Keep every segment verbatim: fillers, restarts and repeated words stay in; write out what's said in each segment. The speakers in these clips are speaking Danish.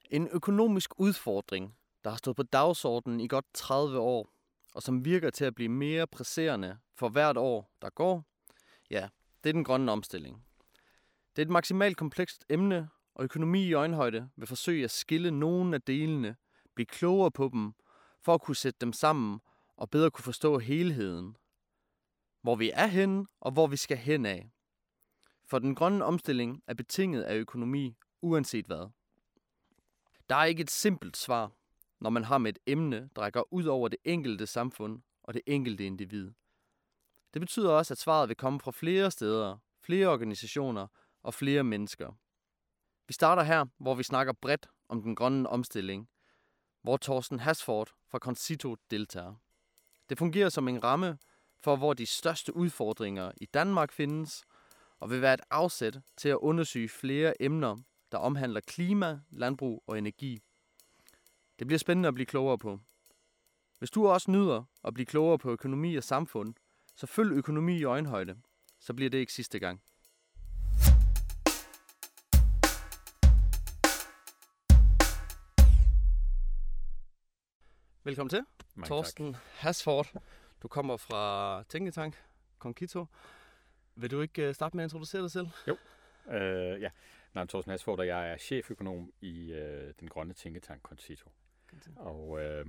En økonomisk udfordring, der har stået på dagsordenen i godt tredive år, og som virker til at blive mere presserende for hvert år, der går, ja, det er den grønne omstilling. Det er et maksimalt komplekst emne, og økonomi i øjenhøjde vil forsøge at skille nogle af delene, blive klogere på dem, for at kunne sætte dem sammen og bedre kunne forstå helheden. Hvor vi er henne, og hvor vi skal hen af. For den grønne omstilling er betinget af økonomi, uanset hvad. Der er ikke et simpelt svar, når man har med et emne, der rækker ud over det enkelte samfund og det enkelte individ. Det betyder også, at svaret vil komme fra flere steder, flere organisationer og flere mennesker. Vi starter her, hvor vi snakker bredt om den grønne omstilling, hvor Thorsten Hasford fra Concito deltager. Det fungerer som en ramme for, hvor de største udfordringer i Danmark findes, og vil være et afsæt til at undersøge flere emner, der omhandler klima, landbrug og energi. Det bliver spændende at blive klogere på. Hvis du også nyder at blive klogere på økonomi og samfund, så følg økonomi i øjenhøjde. Så bliver det ikke sidste gang. Velkommen til, Mange Thorsten Hasford. Du kommer fra Tænketank, Concito. Vil du ikke starte med at introducere dig selv? Jo, øh, ja. Navn Thorsten Hasford, og jeg er cheføkonom i øh, den grønne tænketank Concito. Og øh,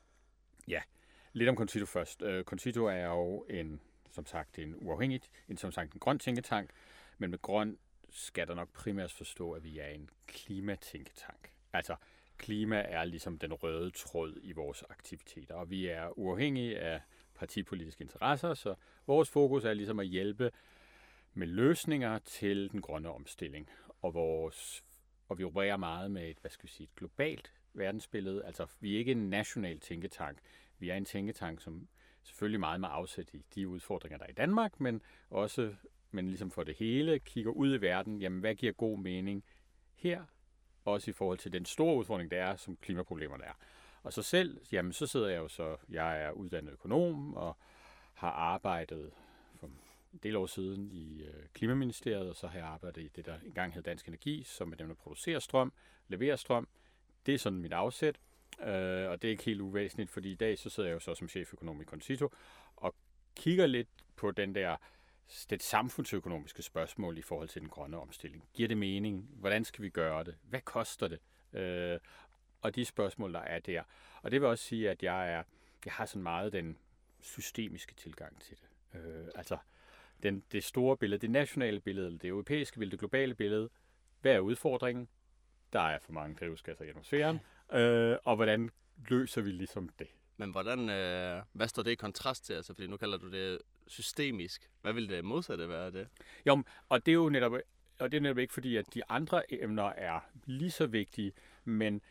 ja, lidt om Concito først. Uh, Concito er jo en, som sagt, en uafhængig, en, som sagt, en grøn tænketank, men med grøn skal der nok primært forstå, at vi er en klimatænketank. Altså, klima er ligesom den røde tråd i vores aktiviteter, og vi er uafhængige af partipolitiske interesser, så vores fokus er ligesom at hjælpe med løsninger til den grønne omstilling. Og, vores, og vi opererer meget med et, hvad skal vi sige, et globalt verdensbillede. Altså, vi er ikke en national tænketank. Vi er en tænketank, som selvfølgelig meget med afsæt i de udfordringer, der er i Danmark, men også, men ligesom for det hele, kigger ud i verden, jamen, hvad giver god mening her, også i forhold til den store udfordring, der er, som klimaproblemerne er. Og så selv, jamen, så sidder jeg jo så, jeg er uddannet økonom, og har arbejdet for en del år siden i øh, Klimaministeriet, og så har jeg arbejdet i det, der engang hed Dansk Energi, som er dem, der producerer strøm, leverer strøm. Det er sådan mit afsæt, øh, og det er ikke helt uvæsentligt, fordi i dag så sidder jeg jo så som cheføkonom i Concito, og kigger lidt på den der det samfundsøkonomiske spørgsmål i forhold til den grønne omstilling. Giver det mening? Hvordan skal vi gøre det? Hvad koster det? Øh, og de spørgsmål, der er der. Og det vil også sige, at jeg, er, jeg har sådan meget den systemiske tilgang til det. Øh, altså den, det store billede, det nationale billede, det europæiske billede, det globale billede. Hvad er udfordringen? Der er for mange drivhusgasser i atmosfæren. Øh, og hvordan løser vi ligesom det? Men hvordan, øh, hvad står det i kontrast til? Altså, fordi nu kalder du det systemisk. Hvad vil det modsatte være af det? Jo, og det er jo netop, og det er netop ikke fordi, at de andre emner er lige så vigtige, men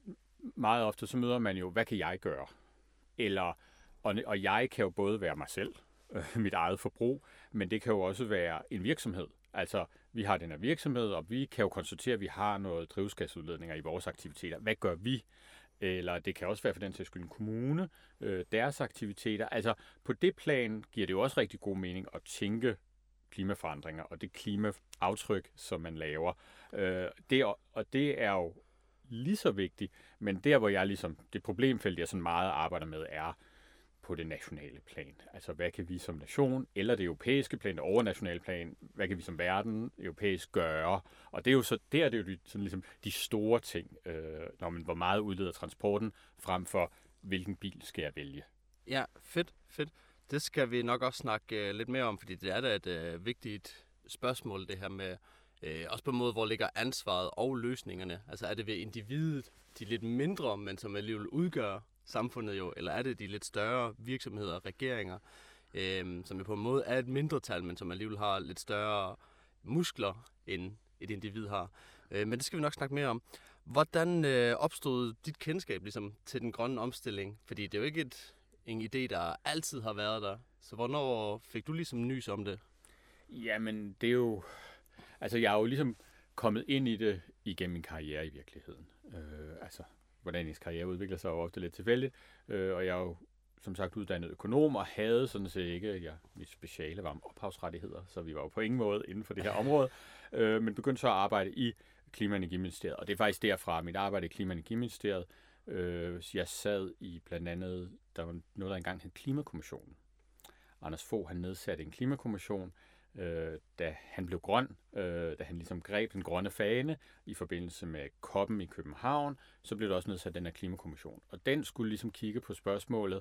meget ofte så møder man jo, hvad kan jeg gøre? Eller, og, og jeg kan jo både være mig selv, øh, mit eget forbrug, men det kan jo også være en virksomhed. Altså, vi har den her virksomhed, og vi kan jo konstatere, at vi har noget drivhusgasudledninger i vores aktiviteter. Hvad gør vi? Eller det kan også være for den til skyld en kommune, øh, deres aktiviteter. Altså, på det plan giver det jo også rigtig god mening at tænke klimaforandringer og det klimaaftryk, som man laver. Øh, det, og det er jo lige så vigtigt, men der, hvor jeg ligesom, det problemfelt, jeg sådan meget arbejder med, er på det nationale plan. Altså, hvad kan vi som nation, eller det europæiske plan, det overnationale plan, hvad kan vi som verden europæisk gøre? Og det er jo så, der er det jo de, sådan ligesom de store ting, øh, når man hvor meget udleder transporten, frem for hvilken bil skal jeg vælge. Ja, fedt, fedt. Det skal vi nok også snakke uh, lidt mere om, fordi det er da et uh, vigtigt spørgsmål, det her med, uh, også på en måde, hvor ligger ansvaret og løsningerne. Altså, er det ved individet, de lidt mindre, men som alligevel udgør samfundet jo, eller er det de lidt større virksomheder, regeringer, øh, som jo på en måde er et mindretal, men som alligevel har lidt større muskler, end et individ har. Øh, men det skal vi nok snakke mere om. Hvordan øh, opstod dit kendskab ligesom, til den grønne omstilling? Fordi det er jo ikke et, en idé, der altid har været der. Så hvornår fik du ligesom nys om det? Jamen, det er jo... Altså, jeg er jo ligesom kommet ind i det igennem min karriere i virkeligheden. Øh, altså... hvordan ens karriere udvikler sig, jo ofte lidt tilfældigt. Øh, og jeg er jo, som sagt, uddannet økonom, og havde sådan set ikke, jeg, mit speciale var om ophavsrettigheder, så vi var jo på ingen måde inden for det her område, øh, men begyndte så at arbejde i Klima- og Energiministeriet. Og det er faktisk derfra, mit arbejde i Klima- og Energiministeriet. Øh, jeg sad i blandt andet, der var noget, der engang hed Klimakommissionen. Anders Fogh, han nedsatte en klimakommission, øh, da han blev grøn, øh, da han ligesom greb den grønne fane i forbindelse med COP'en i København, så blev der også nedsat den her klimakommission. Og den skulle ligesom kigge på spørgsmålet,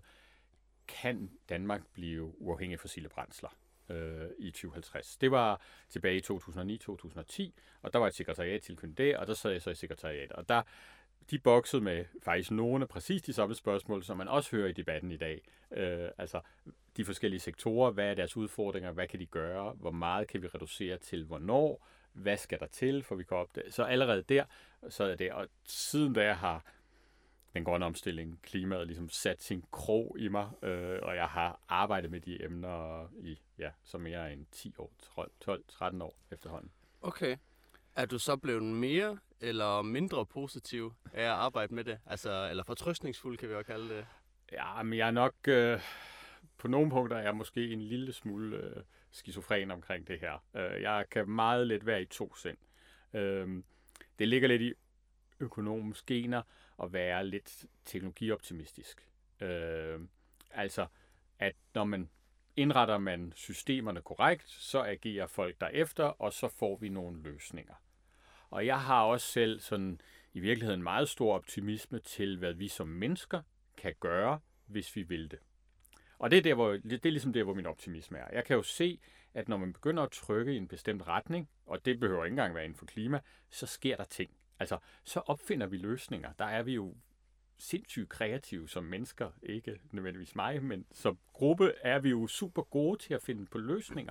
kan Danmark blive uafhængig af fossile brændsler øh, i tyve halvtreds? Det var tilbage i to tusind og ni til to tusind og ti, og der var et sekretariat tilknyttet der, og der sad jeg så i sekretariatet. Og der, de boksede med faktisk nogle af præcis de samme spørgsmål, som man også hører i debatten i dag. Øh, altså de forskellige sektorer, hvad er deres udfordringer, hvad kan de gøre, hvor meget kan vi reducere til hvornår, hvad skal der til, for vi kan opdage. Så allerede der sad jeg der, og siden da har den grønne omstilling, klimaet, ligesom sat sin krog i mig, øh, og jeg har arbejdet med de emner i, ja, så mere end ti år, tolv tretten år efterhånden. Okay. Er du så blevet mere eller mindre positiv af at arbejde med det? Altså, eller fortrøstningsfuld, kan vi også kalde det. Ja, men jeg er nok, øh, på nogle punkter er jeg måske en lille smule øh, skizofren omkring det her. Øh, jeg kan meget let være i to sind. Øh, det ligger lidt i økonomisk gener at være lidt teknologioptimistisk. Øh, altså, at når man indretter man systemerne korrekt, så agerer folk derefter, og så får vi nogle løsninger. Og jeg har også selv sådan i virkeligheden meget stor optimisme til, hvad vi som mennesker kan gøre, hvis vi vil det. Og det er, der, hvor, det er ligesom der, hvor min optimisme er. Jeg kan jo se, at når man begynder at trykke i en bestemt retning, og det behøver ikke engang være inden for klima, så sker der ting. Altså, så opfinder vi løsninger. Der er vi jo sindssygt kreative som mennesker. Ikke nødvendigvis mig, men som gruppe er vi jo super gode til at finde på løsninger,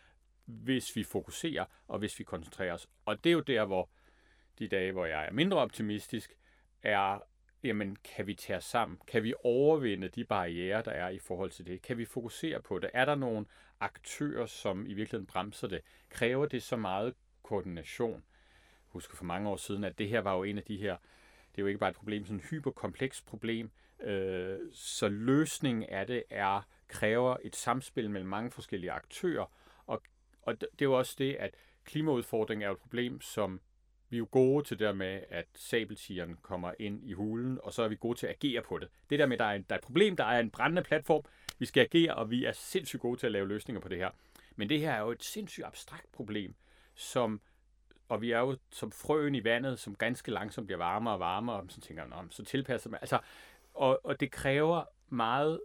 hvis vi fokuserer og hvis vi koncentrerer os. Og det er jo der, hvor de dage, hvor jeg er mindre optimistisk, er, jamen, kan vi tage os sammen? Kan vi overvinde de barrierer, der er i forhold til det? Kan vi fokusere på det? Er der nogle aktører, som i virkeligheden bremser det? Kræver det så meget koordination? Jeg husker for mange år siden, at det her var jo en af de her, det er jo ikke bare et problem, sådan et hyperkomplekst problem, øh, så løsningen af det er, kræver et samspil mellem mange forskellige aktører, og, og det er jo også det, at klimaudfordringen er jo et problem, som vi er jo gode til der med, at sabeltigeren kommer ind i hulen, og så er vi gode til at agere på det. Det der med, at der er, en, der er et problem, der er en brændende platform, vi skal agere, og vi er sindssygt gode til at lave løsninger på det her. Men det her er jo et sindssygt abstrakt problem, som, og vi er jo som frøen i vandet, som ganske langsomt bliver varmere og varmere, og så tænker man, så tilpasser man. Altså, og, og det kræver meget,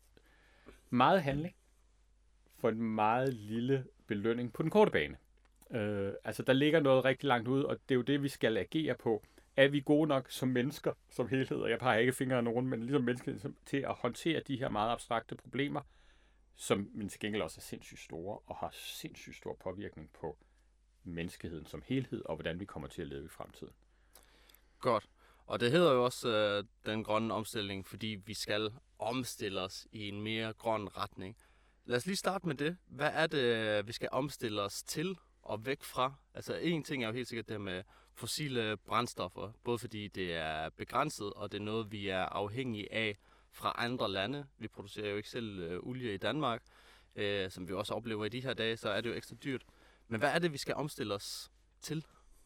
meget handling for en meget lille belønning på den korte bane. Øh, altså, der ligger noget rigtig langt ude, og det er jo det, vi skal agere på. Er vi gode nok som mennesker, som helhed, og jeg peger ikke fingre af nogen, men ligesom mennesker, til at håndtere de her meget abstrakte problemer, som men til gengæld også er sindssygt store, og har sindssygt stor påvirkning på menneskeheden som helhed, og hvordan vi kommer til at leve i fremtiden. Godt. Og det hedder jo også øh, den grønne omstilling, fordi vi skal omstille os i en mere grøn retning. Lad os lige starte med det. Hvad er det, vi skal omstille os til og væk fra? Altså, en ting er jo helt sikkert det med fossile brændstoffer, både fordi det er begrænset, og det er noget, vi er afhængige af fra andre lande. Vi producerer jo ikke selv øh, olie i Danmark, øh, som vi også oplever i de her dage, så er det jo ekstra dyrt. Men hvad er det, vi skal omstille os til?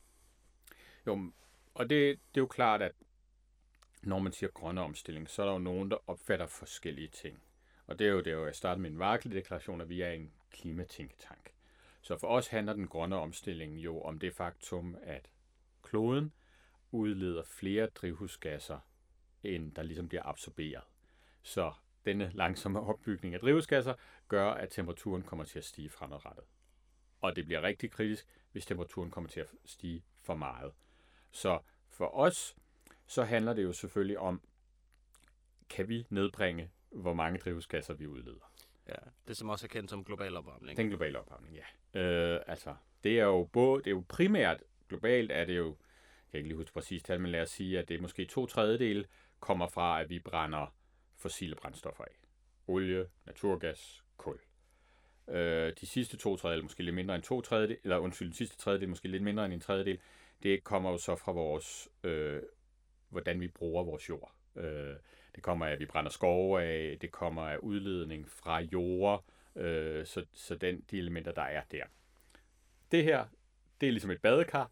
Jo, og det, det er jo klart, at når man siger grønne omstilling, så er der jo nogen, der opfatter forskellige ting. Og det er jo det, jeg startede med en Varkle-deklaration, at vi er en klimatænketank. Så for os handler den grønne omstilling jo om det faktum, at kloden udleder flere drivhusgasser, end der ligesom bliver absorberet. Så denne langsomme opbygning af drivhusgasser gør, at temperaturen kommer til at stige fremadrettet. Og det bliver rigtig kritisk, hvis temperaturen kommer til at stige for meget. Så for os, så handler det jo selvfølgelig om, kan vi nedbringe, hvor mange drivhusgasser vi udleder. Ja, det som også er kendt som global opvarmning. Den globale opvarmning, ja. Øh, altså, det er jo både, det er jo primært globalt, er det jo, jeg kan ikke lige huske præcis tal, men lad os sige, at det er måske to tredjedele kommer fra, at vi brænder fossile brændstoffer af. Olie, naturgas, kul. Øh, de sidste to tredjedel, måske lidt mindre end to tredjedel, eller undskyld, de sidste tredjedel, måske lidt mindre end en tredjedel, det kommer jo så fra vores, øh, hvordan vi bruger vores jord. Øh, det kommer af, at vi brænder skove af, det kommer af udledning fra jorder, øh, så, så den, de elementer, der er der. Det her, det er ligesom et badekar.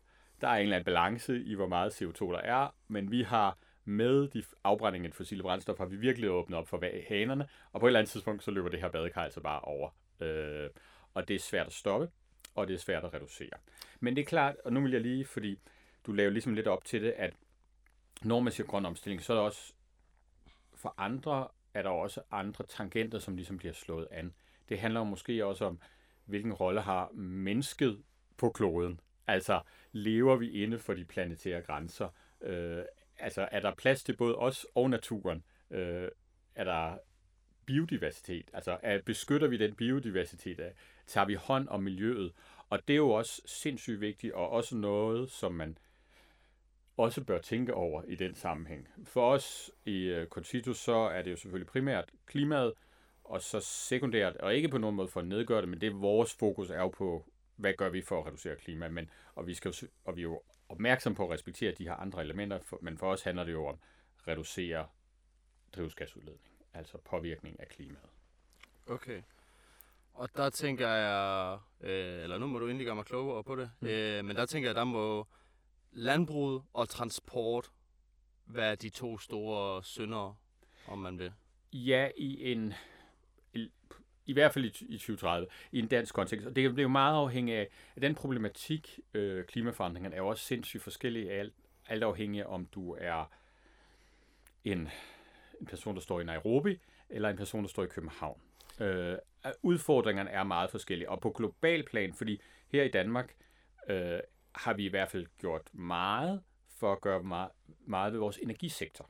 der er en eller anden balance i, hvor meget C O to der er, men vi har med de afbrænding af fossile brændstoffer, har vi virkelig åbnet op for hanerne, og på et eller andet tidspunkt, så løber det her badekar altså bare over. Øh, og det er svært at stoppe, og det er svært at reducere. Men det er klart, og nu vil jeg lige, fordi du laver ligesom lidt op til det, at når man siger grøn omstilling, så er der også, for andre er der også andre tangenter, som ligesom bliver slået an. Det handler jo måske også om, hvilken rolle har mennesket på kloden? Altså, lever vi inde for de planetære grænser? Øh, altså, er der plads til både os og naturen? Øh, er der biodiversitet? Altså, er, beskytter vi den biodiversitet af? Tager vi hånd om miljøet? Og det er jo også sindssygt vigtigt, og også noget, som man også bør tænke over i den sammenhæng. For os i uh, Concito, så er det jo selvfølgelig primært klimaet, og så sekundært, og ikke på nogen måde for at nedgøre det, men det vores fokus er jo på, hvad gør vi for at reducere klima, men, og, vi skal jo, og vi er jo opmærksom på at respektere de her andre elementer, for, men for os handler det jo om at reducere drivhusgasudledning, altså påvirkning af klimaet. Okay. Og der tænker jeg, øh, eller nu må du endelig gøre mig klogere på det, mm. øh, men der tænker jeg, der må landbrug og transport være de to store syndere, om man vil. Ja, i en i, i hvert fald i, i tyve tredive, i en dansk kontekst. Og det er jo meget afhængigt af, at den problematik, øh, klimaforandringerne, er jo også sindssygt forskellige, alt, alt afhængig af, om du er en, en person, der står i Nairobi, eller en person, der står i København. Øh, udfordringerne er meget forskellige, og på global plan, fordi her i Danmark øh, har vi i hvert fald gjort meget for at gøre meget, meget ved vores energisektor.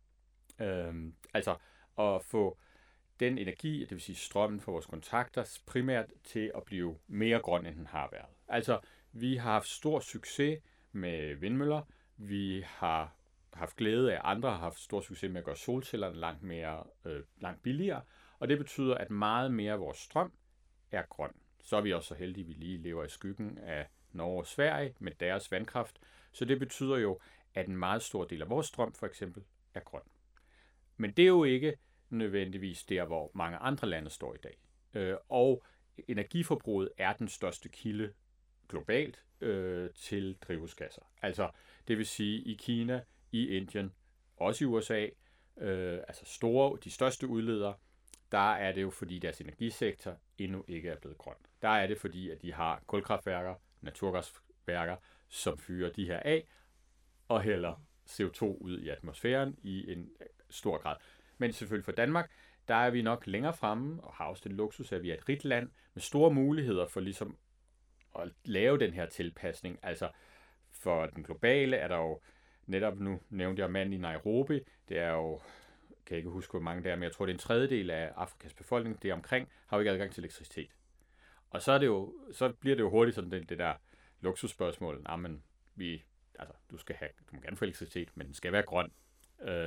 Øh, altså at få den energi, det vil sige strømmen fra vores kontakter, primært til at blive mere grøn, end den har været. Altså, vi har haft stor succes med vindmøller, vi har haft glæde af, andre har haft stor succes med at gøre solcellerne langt, mere, øh, langt billigere, og det betyder, at meget mere af vores strøm er grøn. Så er vi også så heldige, at vi lige lever i skyggen af Norge og Sverige med deres vandkraft, så det betyder jo, at en meget stor del af vores strøm for eksempel er grøn. Men det er jo ikke nødvendigvis der, hvor mange andre lande står i dag. Øh, og energiforbruget er den største kilde globalt øh, til drivhusgasser. Altså, det vil sige i Kina, i Indien, også i U S A, øh, altså store, de største udledere, der er det jo fordi deres energisektor endnu ikke er blevet grøn. Der er det fordi, at de har kulkraftværker, naturgasværker, som fyrer de her af og hælder C O to ud i atmosfæren i en stor grad. Men selvfølgelig for Danmark, der er vi nok længere fremme og har også den luksus, at vi er et rigt land med store muligheder for ligesom at lave den her tilpasning. Altså for den globale er der jo netop, nu nævnte jeg manden i Nairobi, det er jo, kan jeg ikke huske hvor mange der er, men jeg tror det er en tredjedel af Afrikas befolkning, det er omkring, har jo ikke adgang til elektricitet. Og så, er det jo, så bliver det jo hurtigt sådan det, det der luksusspørgsmål, nah, men vi, altså, du skal have, du må gerne få elektricitet, men den skal være grøn. Øh,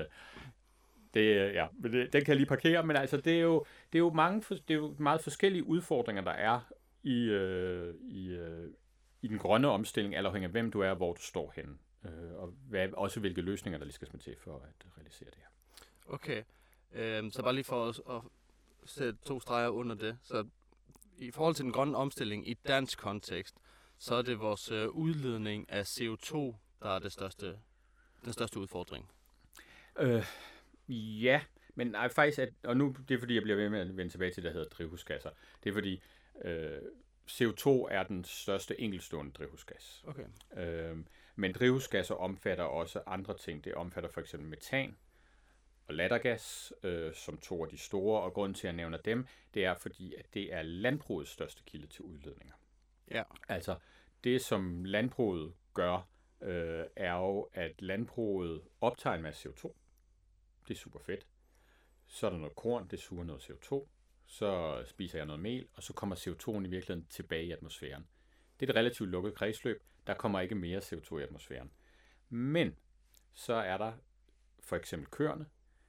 Det, ja, det, den kan jeg lige parkere, men altså, det er jo, det er jo, mange, det er jo meget forskellige udfordringer, der er i, øh, i, øh, i den grønne omstilling, alt afhængig af hvem du er, hvor du står henne, øh, og hvad, også hvilke løsninger, der lige skal til for at realisere det her. Okay, øh, så bare lige for at, at sætte to streger under det, så i forhold til den grønne omstilling i dansk kontekst, så er det vores øh, udledning af C O to, der er det største, den største udfordring. Øh... Ja, men nej, faktisk, at, og nu det er fordi, jeg bliver ved med at vende tilbage til, det der hedder drivhusgasser. Det er fordi, øh, C O to er den største enkeltstående drivhusgas. Okay. Øh, men drivhusgasser omfatter også andre ting. Det omfatter for eksempel metan og lattergas, øh, som to af de store. Og grunden til, at jeg nævner dem, det er fordi, at det er landbrugets største kilde til udledninger. Ja. Altså, det som landbruget gør, øh, er jo, at landbruget optager en masse C O to. Det er super fedt. Så er der noget korn, det suger noget C O to. Så spiser jeg noget mel, og så kommer C O to'en i virkeligheden tilbage i atmosfæren. Det er et relativt lukket kredsløb. Der kommer ikke mere C O to i atmosfæren. Men så er der for eksempel køerne.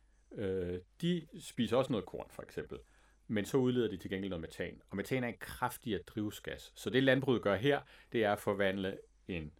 Øh, de spiser også noget korn, for eksempel. Men så udleder de til gengæld noget metan. Og metan er en kraftigere drivhusgas. Så det landbruget gør her, det er at forvandle en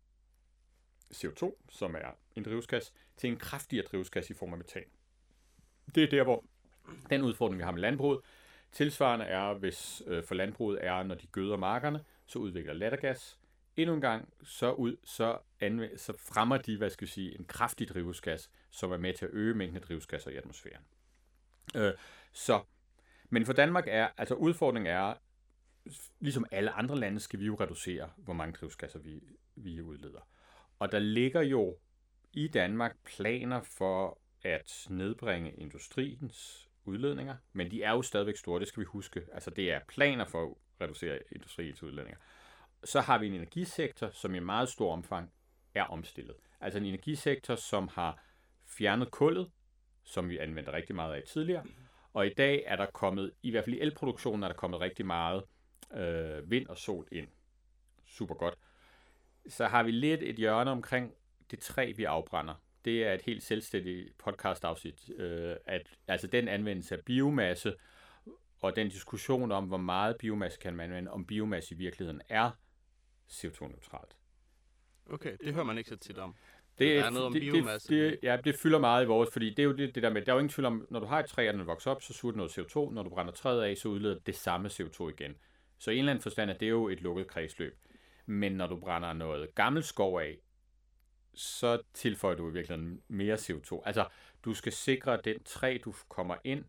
C O to, som er en drivhusgas, til en kraftigere drivhusgas i form af metan. Det er der, hvor den udfordring, vi har med landbruget, tilsvarende er, hvis øh, for landbruget er, når de gøder markerne, så udvikler lattergas endnu en gang, så ud, så, anvend, så fremmer de, hvad skal jeg sige, en kraftig drivhusgas, som er med til at øge mængden af drivhusgasser i atmosfæren. Øh, så, men for Danmark er, altså udfordringen er, ligesom alle andre lande, skal vi jo reducere, hvor mange drivhusgasser vi, vi udleder. Og der ligger jo i Danmark planer for at nedbringe industriens udledninger, men de er jo stadigvæk store, det skal vi huske. Altså det er planer for at reducere industriens udledninger. Så har vi en energisektor, som i meget stor omfang er omstillet. Altså en energisektor, som har fjernet kullet, som vi anvendte rigtig meget af tidligere, og i dag er der kommet, i hvert fald i elproduktionen, er der kommet rigtig meget øh, vind og sol ind. Super godt. Så har vi lidt et hjørne omkring det træ, vi afbrænder. Det er et helt selvstændigt podcast-afsnit. Øh, at, altså den anvendelse af biomasse, og den diskussion om, hvor meget biomasse kan man anvende, om biomasse i virkeligheden er C O to neutralt. Okay, det hører man ikke så tit om. Det der er noget om det, biomasse. Det, det, ja, det fylder meget i vores, fordi det er jo det, det der med, der er jo ingen tvivl om, når du har et træ, og den vokser op, så suger det noget C O to. Når du brænder træet af, så udleder det samme C O to igen. Så i en eller anden forstand er det jo et lukket kredsløb. Men når du brænder noget gammel skov af, så tilføjer du i virkeligheden mere C O to. Altså, du skal sikre, at den træ, du kommer ind,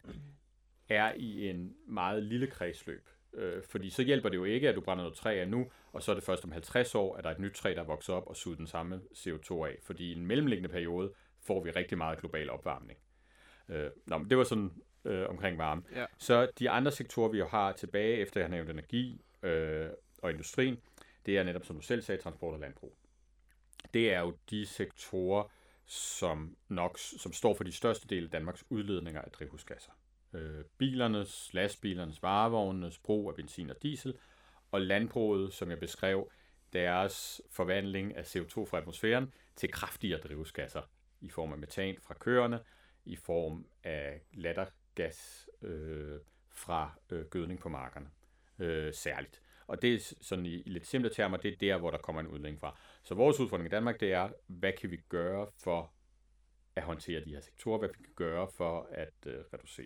er i en meget lille kredsløb. Øh, fordi så hjælper det jo ikke, at du brænder noget træ af nu, og så er det først om halvtreds år, at der er et nyt træ, der vokser op og suger den samme C O to af. Fordi i en mellemliggende periode får vi rigtig meget global opvarmning. Øh, nå, men det var sådan øh, omkring varme. Ja. Så de andre sektorer, vi jo har tilbage, efter jeg har nævnt energi øh, og industrien, det er netop, som du selv sagde, transport og landbrug. Det er jo de sektorer, som nok som står for de største del af Danmarks udledninger af drivhusgasser. Øh, bilernes, lastbilernes, varevognenes brug af benzin og diesel, og landbruget, som jeg beskrev, deres forvandling af C O to fra atmosfæren til kraftigere drivhusgasser i form af metan fra køerne, i form af lattergas øh, fra øh, gødning på markerne, øh, særligt. Og det er sådan i, i lidt simple termer, det er der, hvor der kommer en udledning fra. Så vores udfordring i Danmark, det er, hvad kan vi gøre for at håndtere de her sektorer? Hvad vi kan gøre for at øh, reducere?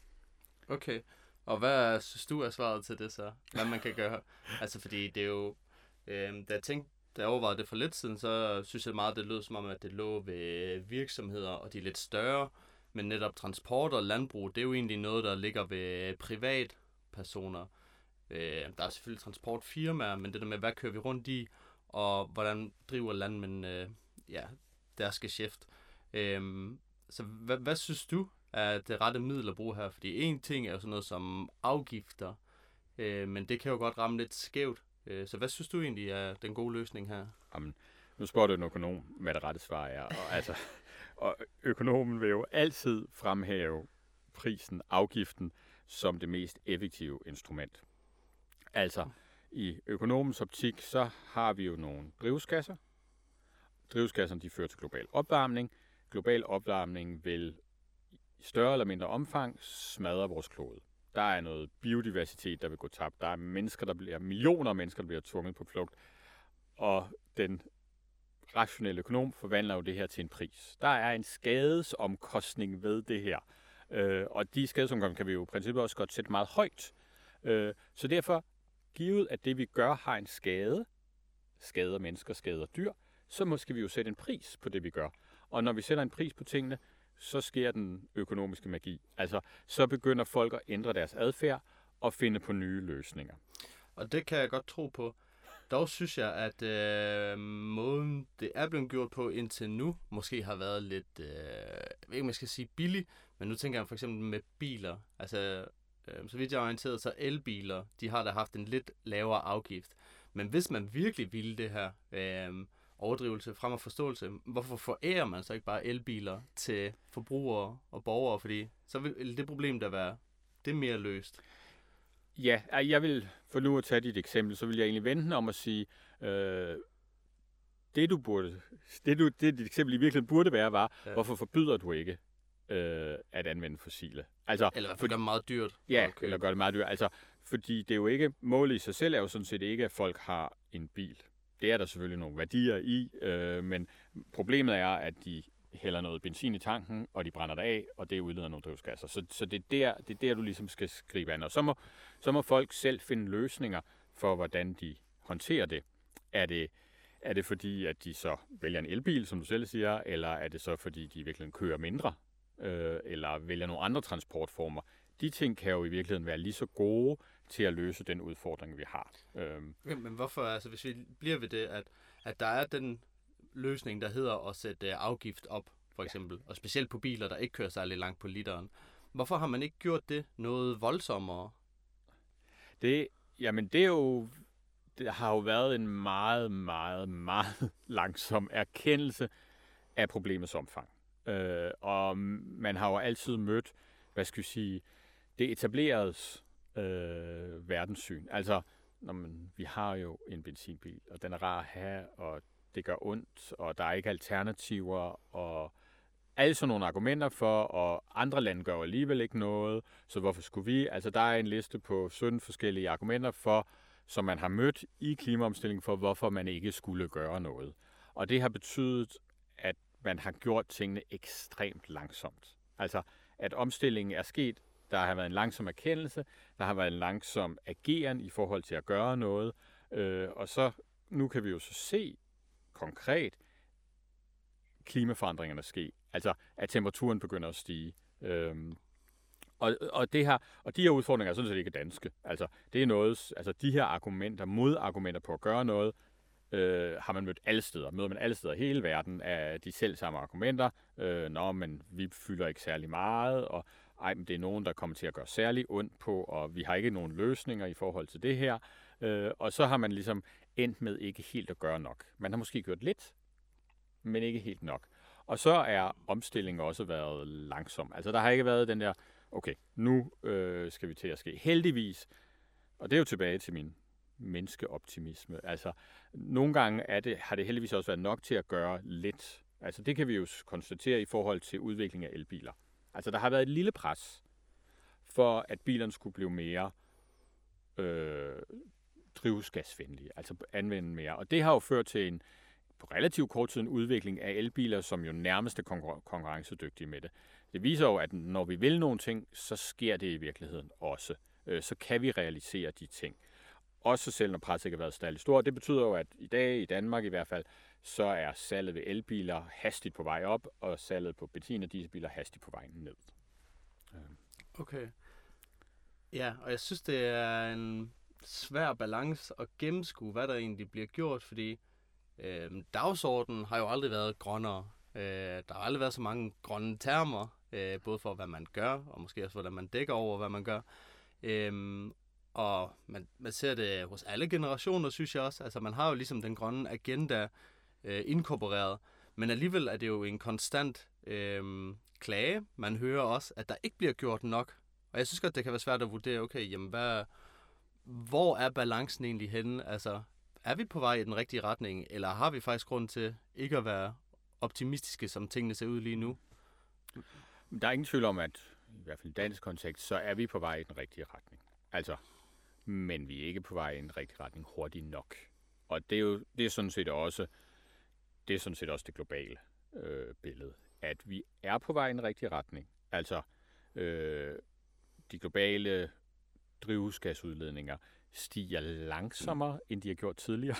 Okay. Og hvad synes du er svaret til det så? Hvad man kan gøre? Altså, fordi det er jo... Øh, da jeg tænkte, da jeg overvejede det for lidt siden, så synes jeg meget, det lød som om, at det lå ved virksomheder, og de er lidt større. Men netop transport og landbrug, det er jo egentlig noget, der ligger ved privatpersoner. Øh, der er selvfølgelig transportfirmaer, men det der med, hvad kører vi rundt i, og hvordan driver landmænd øh, ja, deres geschæft. Øh, så hvad, hvad synes du er det rette middel at bruge her? Fordi en ting er jo sådan noget som afgifter, øh, men det kan jo godt ramme lidt skævt. Øh, så hvad synes du egentlig er den gode løsning her? Jamen, nu spørger du en økonom, hvad det rette svar er. Og, altså, og økonomen vil jo altid fremhæve prisen, afgiften, som det mest effektive instrument. Altså, i økonomens optik, så har vi jo nogle drivhusgasser. Drivhusgasserne, de fører til global opvarmning. Global opvarmning vil i større eller mindre omfang smadre vores klode. Der er noget biodiversitet, der vil gå tabt. Der er mennesker, der bliver, millioner af mennesker, der bliver tvunget på flugt. Og den rationelle økonom forvandler jo det her til en pris. Der er en skadesomkostning ved det her. Øh, og de skadesomkostninger kan vi jo i princippet også godt sætte meget højt. Øh, så derfor, givet at det vi gør har en skade, skader mennesker, skader dyr, så måske vi jo sætte en pris på det vi gør. Og når vi sætter en pris på tingene, så sker den økonomiske magi. Altså, så begynder folk at ændre deres adfærd og finde på nye løsninger. Og det kan jeg godt tro på. Dog synes jeg, at øh, måden det er blevet gjort på indtil nu, måske har været lidt, øh, jeg ved ikke om jeg skal sige billig, men nu tænker jeg for eksempel med biler. Altså, øh, så vidt jeg er orienteret, så elbiler, de har da haft en lidt lavere afgift. Men hvis man virkelig ville det her, øh, overdrivelse frem og forståelse, hvorfor forærer man så ikke bare elbiler til forbrugere og borgere? Fordi så vil det problem der være, det er mere løst. Ja, jeg vil, for nu at tage dit eksempel, så vil jeg egentlig vente om at sige, øh, det du burde, det, du, det dit eksempel i virkeligheden burde være, var, ja. Hvorfor forbyder du ikke øh, at anvende fossile? Altså, eller hvad for gør det meget dyrt. Ja, eller gør det meget dyrt. Altså, fordi det er jo ikke, målet i sig selv er jo sådan set ikke, at folk har en bil. Det er der selvfølgelig nogle værdier i, øh, men problemet er, at de hælder noget benzin i tanken, og de brænder det af, og det udleder nogle drivhusgasser. Så, så det, er der, det er der, du ligesom skal skrive an. Og så må, så må folk selv finde løsninger for, hvordan de håndterer det. Er det, er det fordi, at de så vælger en elbil, som du selv siger, eller er det så fordi, de virkelig kører mindre, øh, eller vælger nogle andre transportformer? De ting kan jo i virkeligheden være lige så gode til at løse den udfordring, vi har. Øhm. Men hvorfor, altså hvis vi bliver ved det, at, at der er den løsning, der hedder at sætte afgift op, for eksempel, ja. Og specielt på biler, der ikke kører særlig langt på literen. Hvorfor har man ikke gjort det noget voldsommere? Det, jamen det er jo, det har jo været en meget, meget, meget langsom erkendelse af problemets omfang. Øh, og man har jo altid mødt, hvad skal vi sige, det etableredes øh, verdenssyn. Altså, når man, vi har jo en benzinbil, og den er rar at have, og det gør ondt, og der er ikke alternativer, og alle sådan nogle argumenter for, og andre lande gør alligevel ikke noget, så hvorfor skulle vi? Altså, der er en liste på sytten forskellige argumenter for, som man har mødt i klimaomstillingen for, hvorfor man ikke skulle gøre noget. Og det har betydet, at man har gjort tingene ekstremt langsomt. Altså, at omstillingen er sket, der har været en langsom erkendelse, der har været en langsom ageren i forhold til at gøre noget, øh, og så nu kan vi jo så se konkret klimaforandringerne ske. Altså, at temperaturen begynder at stige. Øhm, og, og, det her, og de her udfordringer er sådan set ikke danske. Altså, det er noget, altså de her argumenter, modargumenter på at gøre noget, øh, har man mødt alle steder. Møder man alle steder i hele verden af de selv samme argumenter. Øh, Nå, men vi fylder ikke særlig meget, og ej, men det er nogen, der kommer til at gøre særlig ondt på, og vi har ikke nogen løsninger i forhold til det her. Øh, og så har man ligesom endt med ikke helt at gøre nok. Man har måske gjort lidt, men ikke helt nok. Og så er omstillingen også været langsom. Altså, der har ikke været den der, okay, nu øh, skal vi til at ske. Heldigvis, og det er jo tilbage til min menneskeoptimisme. Altså, nogle gange er det, har det heldigvis også været nok til at gøre lidt. Altså, det kan vi jo konstatere i forhold til udvikling af elbiler. Altså, der har været et lille pres for, at bilerne skulle blive mere øh, drivhusgasvenlige, altså anvende mere. Og det har jo ført til en på relativt kort tid en udvikling af elbiler, som jo nærmest er konkurren- konkurrencedygtige med det. Det viser jo, at når vi vil nogle ting, så sker det i virkeligheden også. Øh, så kan vi realisere de ting. Også selv når presset ikke har været særlig stort. Det betyder jo, at i dag, i Danmark i hvert fald, så er salget ved elbiler hastigt på vej op, og salget på benzin- og dieselbiler hastigt på vej ned. Okay. Ja, og jeg synes, det er en svær balance at gennemskue, hvad der egentlig bliver gjort, fordi øh, dagsordenen har jo aldrig været grønnere. Øh, der har aldrig været så mange grønne termer, øh, både for, hvad man gør, og måske også, hvordan man dækker over, hvad man gør. Øh, og man, man ser det hos alle generationer, synes jeg også. Altså, man har jo ligesom den grønne agenda øh, inkorporeret, men alligevel er det jo en konstant øh, klage. Man hører også, at der ikke bliver gjort nok. Og jeg synes godt, det kan være svært at vurdere, okay, jamen hvad, hvor er balancen egentlig henne? Altså, er vi på vej i den rigtige retning, eller har vi faktisk grund til ikke at være optimistiske, som tingene ser ud lige nu? Der er ingen tvivl om, at i hvert fald i dansk kontekst, så er vi på vej i den rigtige retning. Altså, men vi er ikke på vej i den rigtige retning hurtigt nok. Og det er jo det er sådan set også det er sådan set også det globale øh, billede, at vi er på vej i den rigtige retning. Altså, øh, de globale drivhusgasudledninger stiger langsommere, end de har gjort tidligere.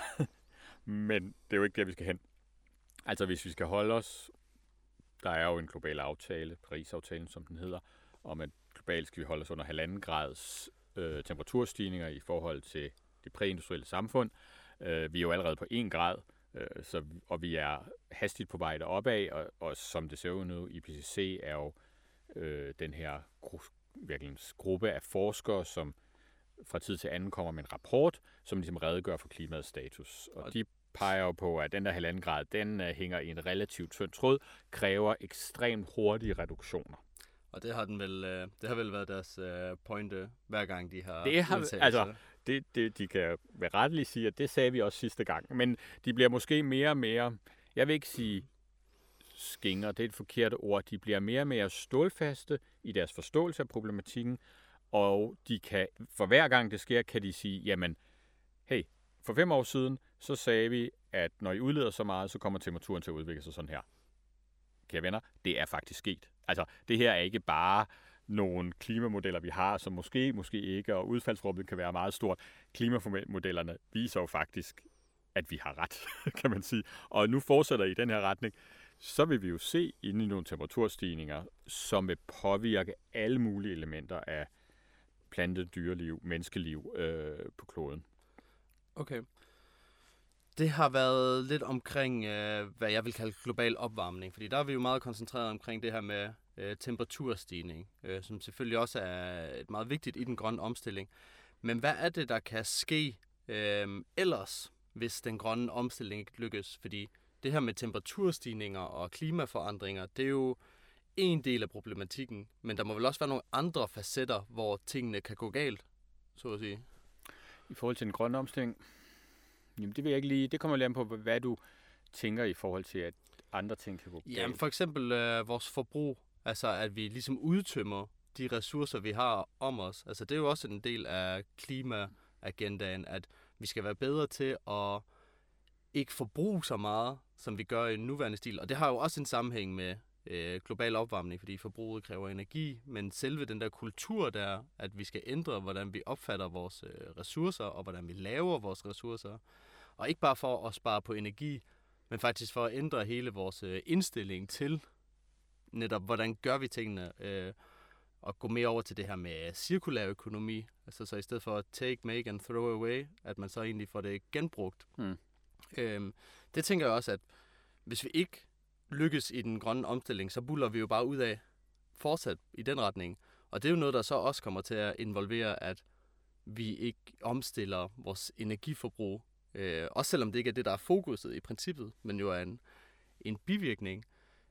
Men det er jo ikke der, vi skal hen. Altså, hvis vi skal holde os, der er jo en global aftale, Paris-aftalen, som den hedder, om at globalt skal vi holde os under halvanden grads øh, temperaturstigninger i forhold til det præindustrielle samfund. Øh, vi er jo allerede på en grad, øh, så, og vi er hastigt på vej deropad, og, og som det ser ud nu, I P C C er jo øh, den her gru- virkelig gruppe af forskere, som fra tid til anden kommer med en rapport, som ligesom redegør for klimaets status. Og de peger jo på, at den der halvanden grad, den uh, hænger i en relativt tynd tråd, kræver ekstremt hurtige reduktioner. Og det har den vel, øh, det har vel været deres øh, pointe, hver gang de har det har, udtalt altså, det, det, de kan med retteligt sige, at det sagde vi også sidste gang. Men de bliver måske mere og mere, jeg vil ikke sige skinger, det er et forkert ord, de bliver mere og mere stålfaste i deres forståelse af problematikken, og de kan, for hver gang det sker, kan de sige, jamen, hey, for fem år siden, så sagde vi, at når I udleder så meget, så kommer temperaturen til at udvikle sig sådan her. Kære venner, det er faktisk sket. Altså, det her er ikke bare nogle klimamodeller, vi har, som måske, måske ikke, og udfaldsrummet kan være meget stort. Klimamodellerne viser jo faktisk at vi har ret, kan man sige. Og nu fortsætter i den her retning, så vil vi jo se ind i nogle temperaturstigninger, som vil påvirke alle mulige elementer af plante, dyreliv, menneskeliv øh, på kloden. Okay. Det har været lidt omkring, øh, hvad jeg vil kalde global opvarmning, fordi der er vi jo meget koncentreret omkring det her med øh, temperaturstigning, øh, som selvfølgelig også er et meget vigtigt i den grønne omstilling. Men hvad er det, der kan ske øh, ellers, hvis den grønne omstilling ikke lykkes? Fordi det her med temperaturstigninger og klimaforandringer, det er jo en del af problematikken, men der må vel også være nogle andre facetter, hvor tingene kan gå galt, så at sige. I forhold til den grønne omstilling, jamen det vil jeg ikke lige, det kommer lidt an på, hvad du tænker i forhold til, at andre ting kan gå galt. Jamen for eksempel øh, vores forbrug, altså at vi ligesom udtømmer de ressourcer, vi har om os. Altså det er jo også en del af klimaagendaen, at vi skal være bedre til at ikke forbruge så meget, som vi gør i den nuværende stil. Og det har jo også en sammenhæng med øh, global opvarmning, fordi forbruget kræver energi, men selve den der kultur der, at vi skal ændre, hvordan vi opfatter vores øh, ressourcer, og hvordan vi laver vores ressourcer, og ikke bare for at spare på energi, men faktisk for at ændre hele vores øh, indstilling til netop, hvordan gør vi tingene, øh, og gå mere over til det her med cirkulær økonomi, altså så i stedet for at take, make and throw away, at man så egentlig får det genbrugt. Hmm. Øhm, det tænker jeg også, at hvis vi ikke lykkes i den grønne omstilling, så buller vi jo bare ud af fortsat i den retning. Og det er jo noget, der så også kommer til at involvere, at vi ikke omstiller vores energiforbrug. Øh, også selvom det ikke er det, der er fokuset i princippet, men jo er en, en bivirkning.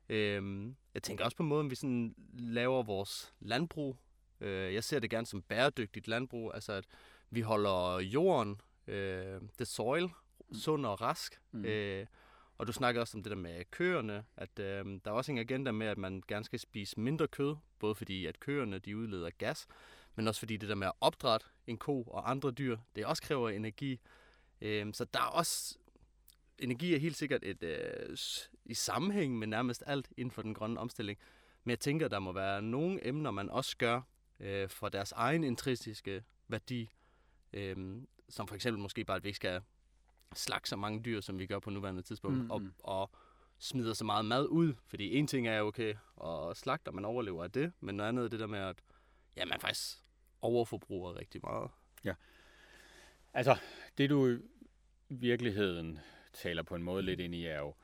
Øh, jeg tænker også på måden, vi sådan laver vores landbrug. Øh, jeg ser det gerne som bæredygtigt landbrug, altså at vi holder jorden, øh, the soil, sund og rask. Mm. Øh, og du snakker også om det der med køerne, at øh, der er også en agenda med, at man gerne skal spise mindre kød, både fordi at køerne de udleder gas, men også fordi det der med at opdrætte en ko og andre dyr, det også kræver energi. Øh, så der er også, energi er helt sikkert et, øh, i sammenhæng med nærmest alt inden for den grønne omstilling. Men jeg tænker, der må være nogle emner, man også gør øh, for deres egen intrinsiske værdi, øh, som for eksempel måske bare, at vi ikke skal slagte så mange dyr, som vi gør på nuværende tidspunkt, mm-hmm. og, og smider så meget mad ud. Fordi en ting er okay at slagte, og man overlever af det, men noget andet er det der med, at ja, man faktisk overforbruger rigtig meget. Ja. Altså, det du i virkeligheden taler på en måde lidt ind i, er jo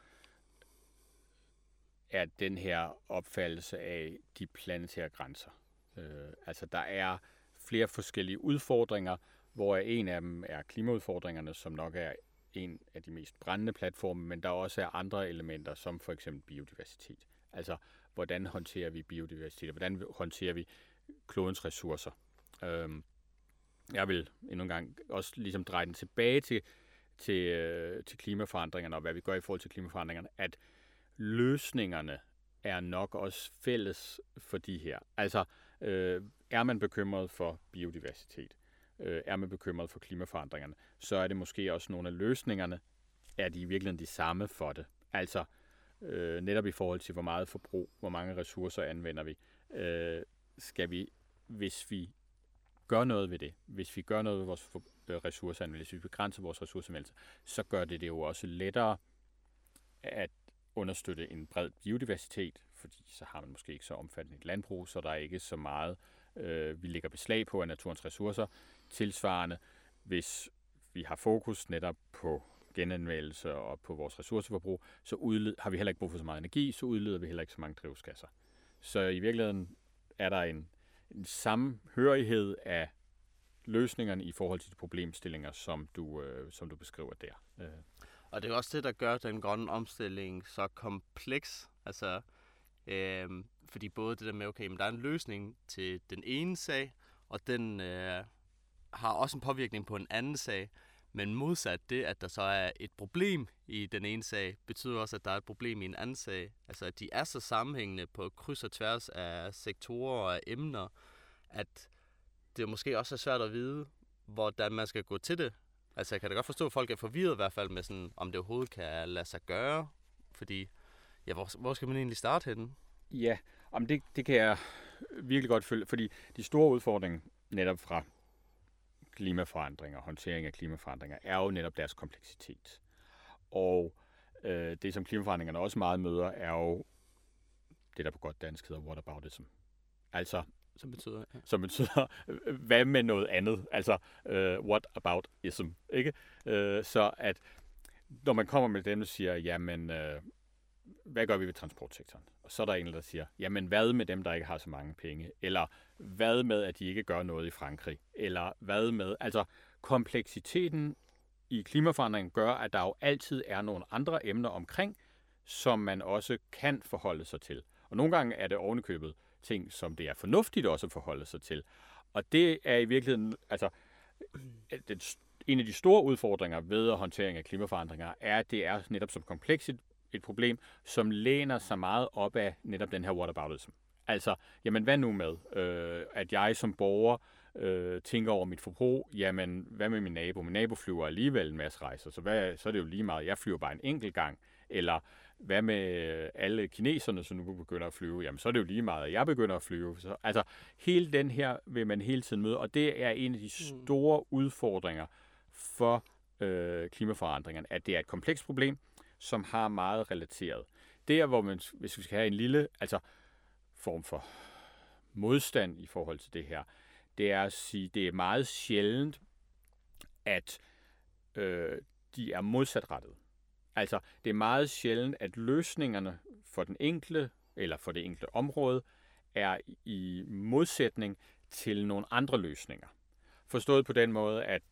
er den her opfattelse af de planetære grænser. Øh, altså, der er flere forskellige udfordringer, hvor en af dem er klimaudfordringerne, som nok er en af de mest brændende platforme, men der også er andre elementer, som for eksempel biodiversitet. Altså, hvordan håndterer vi biodiversitet, hvordan håndterer vi klodens ressourcer. Øhm, jeg vil endnu en gang også ligesom dreje den tilbage til, til, øh, til klimaforandringerne, og hvad vi gør i forhold til klimaforandringerne, at løsningerne er nok også fælles for de her. Altså, øh, er man bekymret for biodiversitet, øh, er man bekymret for klimaforandringerne, så er det måske også nogle af løsningerne, er de i virkeligheden de samme for det. Altså, øh, netop i forhold til, hvor meget forbrug, hvor mange ressourcer anvender vi, øh, skal vi, hvis vi gør noget ved det, hvis vi gør noget ved vores ressourceanvendelse, hvis vi begrænser vores ressourceanvendelse, så gør det det jo også lettere at understøtte en bred biodiversitet, fordi så har man måske ikke så omfattende et landbrug, så der er ikke så meget, øh, vi lægger beslag på af naturens ressourcer. Tilsvarende, hvis vi har fokus netop på genanvendelse og på vores ressourceforbrug, så udled, har vi heller ikke brug for så meget energi, så udleder vi heller ikke så mange drivhusgasser. Så i virkeligheden er der en, en samhørighed af løsningerne i forhold til de problemstillinger, som du, øh, som du beskriver der. Øh. Og det er også det, der gør den grønne omstilling så kompleks. Altså, øh, fordi både det der med, okay, men der er en løsning til den ene sag, og den øh, har også en påvirkning på en anden sag. Men modsat det, at der så er et problem i den ene sag, betyder også, at der er et problem i en anden sag. Altså, at de er så sammenhængende på kryds og tværs af sektorer og af emner, at det måske også er svært at vide, hvordan man skal gå til det. Altså, jeg kan da godt forstå, at folk er forvirret i hvert fald med sådan, om det overhovedet kan lade sig gøre. Fordi, ja, hvor, hvor skal man egentlig starte henne? Ja, om det, det kan jeg virkelig godt følge, fordi de store udfordringer netop fra klimaforandringer, håndtering af klimaforandringer, er jo netop deres kompleksitet. Og øh, det, som klimaforandringerne også meget møder, er jo det, der på godt dansk hedder whataboutism. Altså, som betyder, ja. som betyder, hvad med noget andet? Altså, uh, what about ism, ikke? Uh, så at, når man kommer med dem, der siger, jamen, uh, hvad gør vi ved transportsektoren? Og så er der en, der siger, jamen, hvad med dem, der ikke har så mange penge? Eller hvad med, at de ikke gør noget i Frankrig? Eller hvad med, altså, kompleksiteten i klimaforandringen gør, at der jo altid er nogle andre emner omkring, som man også kan forholde sig til. Og nogle gange er det ovenikøbet ting, som det er fornuftigt også at forholde sig til. Og det er i virkeligheden, altså, det, en af de store udfordringer ved håndtering af klimaforandringer, er, at det er netop som komplekst et problem, som læner sig meget op af netop den her whataboutism. Altså, jamen hvad nu med, øh, at jeg som borger øh, tænker over mit forbrug, jamen hvad med min nabo? Min nabo flyver alligevel en masse rejser, så, hvad, så er det jo lige meget, jeg flyver bare en enkelt gang, eller hvad med alle kineserne, som nu begynder at flyve? Jamen, så er det jo lige meget, at jeg begynder at flyve. Så, altså, hele den her vil man hele tiden møde, og det er en af de store udfordringer for øh, klimaforandringerne, at det er et komplekst problem, som har meget relateret. Det er, hvor man, hvis vi skal have en lille altså, form for modstand i forhold til det her, det er at sige, det er meget sjældent, at øh, de er modsatrettet. Altså, det er meget sjældent, at løsningerne for den enkelte, eller for det enkelte område, er i modsætning til nogle andre løsninger. Forstået på den måde, at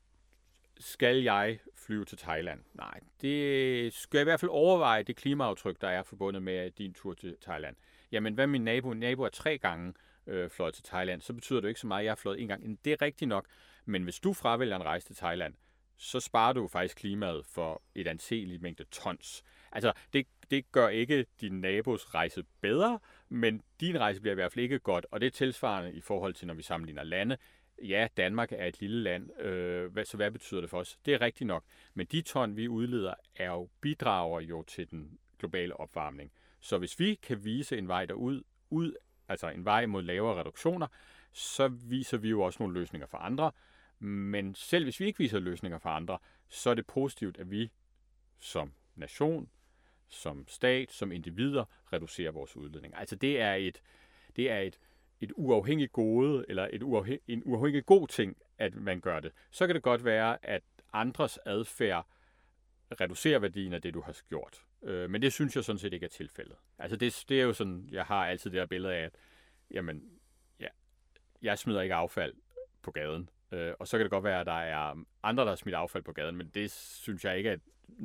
skal jeg flyve til Thailand? Nej, det skal jeg i hvert fald overveje det klimaaftryk, der er forbundet med din tur til Thailand. Jamen, hvad min nabo? Min nabo er tre gange øh, fløjet til Thailand, så betyder det ikke så meget, at jeg har fløjet en gang. Det er rigtigt nok, men hvis du fravælger en rejse til Thailand, så sparer du faktisk klimaet for et anseeligt mængde tons. Altså, det, det gør ikke din nabos rejse bedre, men din rejse bliver i hvert fald ikke godt, og det er tilsvarende i forhold til, når vi sammenligner lande. Ja, Danmark er et lille land, øh, hvad, så hvad betyder det for os? Det er rigtigt nok, men de ton, vi udleder, er jo, bidrager jo til den globale opvarmning. Så hvis vi kan vise en vej derud, ud, altså en vej mod lavere reduktioner, så viser vi jo også nogle løsninger for andre. Men selv hvis vi ikke viser løsninger for andre, så er det positivt, at vi som nation, som stat, som individer reducerer vores udledning. Altså det er et, det er et, et uafhængigt gode, eller et uafhæng, en uafhængig god ting, at man gør det. Så kan det godt være, at andres adfærd reducerer værdien af det, du har gjort. Øh, men det synes jeg sådan set ikke er tilfældet. Altså det, det er jo sådan, jeg har altid det her billede af, at jamen, ja, jeg smider ikke affald på gaden. Øh, og så kan det godt være, at der er andre, der har smidt affald på gaden, men det synes jeg ikke er et,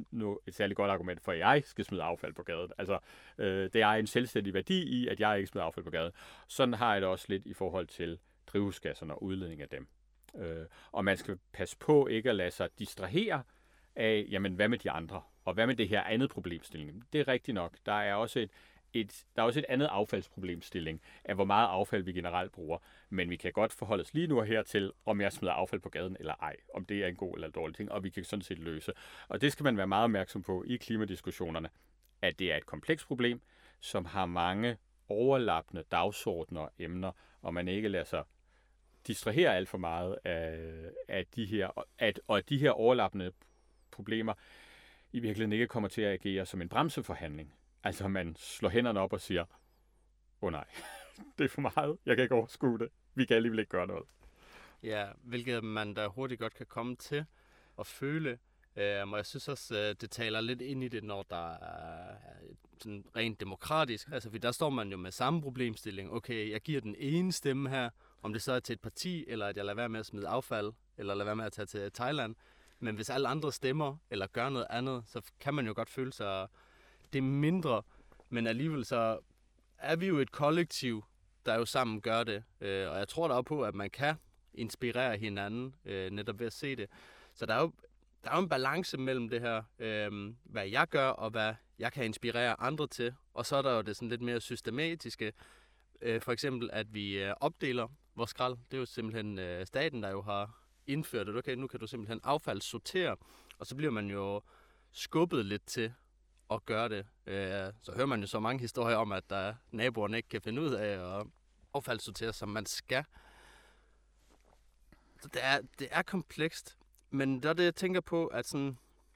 et særligt godt argument for, at jeg skal smide affald på gaden. Altså, øh, det er en selvstændig værdi i, at jeg ikke smider affald på gaden. Sådan har jeg det også lidt i forhold til drivhusgasserne og udledning af dem. Øh, og man skal passe på ikke at lade sig distrahere af, jamen, hvad med de andre? Og hvad med det her andet problemstilling? Det er rigtigt nok. Der er også et Et, der er også et andet affaldsproblemstilling af, hvor meget affald vi generelt bruger. Men vi kan godt forholde os lige nu og her til, om jeg smider affald på gaden eller ej. Om det er en god eller dårlig ting, og vi kan sådan set løse. Og det skal man være meget opmærksom på i klimadiskussionerne, at det er et komplekst problem, som har mange overlappende dagsordner og emner, og man ikke lader sig distrahere alt for meget af, af de her, at, og at de her overlappende problemer i virkeligheden ikke kommer til at agere som en bremseforhandling. Altså, man slår hænderne op og siger, åh oh, nej, det er for meget, jeg kan ikke overskue det, vi kan alligevel ikke gøre noget. Ja, hvilket man da hurtigt godt kan komme til at føle. Øh, og jeg synes også, øh, det taler lidt ind i det, når der er sådan rent demokratisk. Altså, for der står man jo med samme problemstilling. Okay, jeg giver den ene stemme her, om det så er til et parti, eller at jeg lader være med at smide affald, eller lader være med at tage til Thailand. Men hvis alle andre stemmer, eller gør noget andet, så kan man jo godt føle sig det er mindre, men alligevel så er vi jo et kollektiv, der jo sammen gør det. Øh, og jeg tror da også på, at man kan inspirere hinanden, øh, netop ved at se det. Så der er jo, der er jo en balance mellem det her, øh, hvad jeg gør, og hvad jeg kan inspirere andre til. Og så er der jo det sådan lidt mere systematiske. Øh, for eksempel, at vi øh, opdeler vores skrald. Det er jo simpelthen øh, staten, der jo har indført det. Okay, nu kan du simpelthen affaldssortere, og så bliver man jo skubbet lidt til at gøre det. Så hører man jo så mange historier om, at der naboerne ikke kan finde ud af at affaldssortere, som man skal. Så det er, det er komplekst, men det er det, jeg tænker på, at sådan,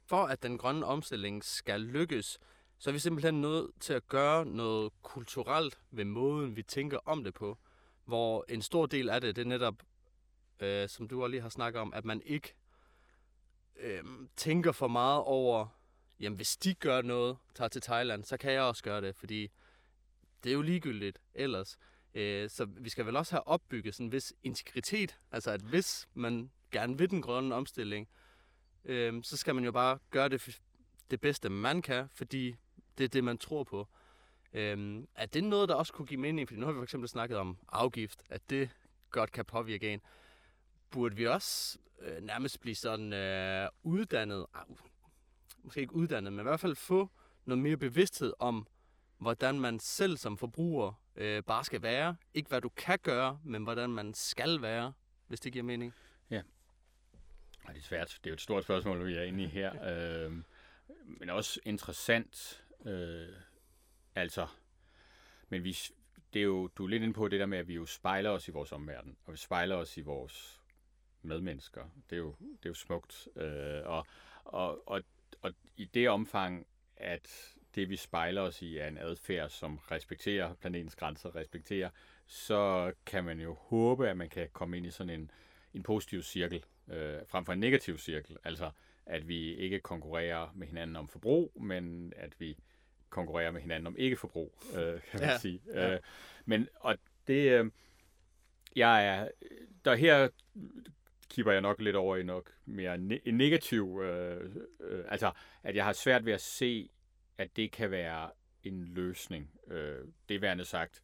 for at den grønne omstilling skal lykkes, så er vi simpelthen nødt til at gøre noget kulturelt ved måden, vi tænker om det på. Hvor en stor del af det, det er netop, øh, som du også lige har snakket om, at man ikke øh, tænker for meget over, jamen hvis de gør noget, tager til Thailand, så kan jeg også gøre det, fordi det er jo ligegyldigt ellers. Øh, så vi skal vel også have opbygget sådan en vis integritet, altså at hvis man gerne vil den grønne omstilling, øh, så skal man jo bare gøre det, det bedste man kan, fordi det er det, man tror på. Øhm, er det noget, der også kunne give mening? Fordi nu har vi for eksempel snakket om afgift, at det godt kan påvirke en. Burde vi også øh, nærmest blive sådan øh, uddannet, ah, måske ikke uddannet, men i hvert fald få noget mere bevidsthed om, hvordan man selv som forbruger øh, bare skal være. Ikke hvad du kan gøre, men hvordan man skal være, hvis det giver mening. Ja, og det er svært. Det er jo et stort spørgsmål, vi er inde i her. øh, men også interessant. Øh, altså, men vi, det er jo, du er lidt inde på det der med, at vi jo spejler os i vores omverden, og vi spejler os i vores medmennesker. Det er jo, det er jo smukt. Øh, og, og, og, og i det omfang, at det vi spejler os i er en adfærd, som respekterer planetens grænser, respekterer, så kan man jo håbe, at man kan komme ind i sådan en, en positiv cirkel, øh, frem for en negativ cirkel. Altså, at vi ikke konkurrerer med hinanden om forbrug, men at vi konkurrerer med hinanden om ikke-forbrug, øh, kan man ja. sige. Ja. Øh, men, og det, øh, jeg er, der her kipper jeg nok lidt over i nok mere ne- en negativ, øh, øh, altså, at jeg har svært ved at se, at det kan være en løsning. Øh, det værende sagt,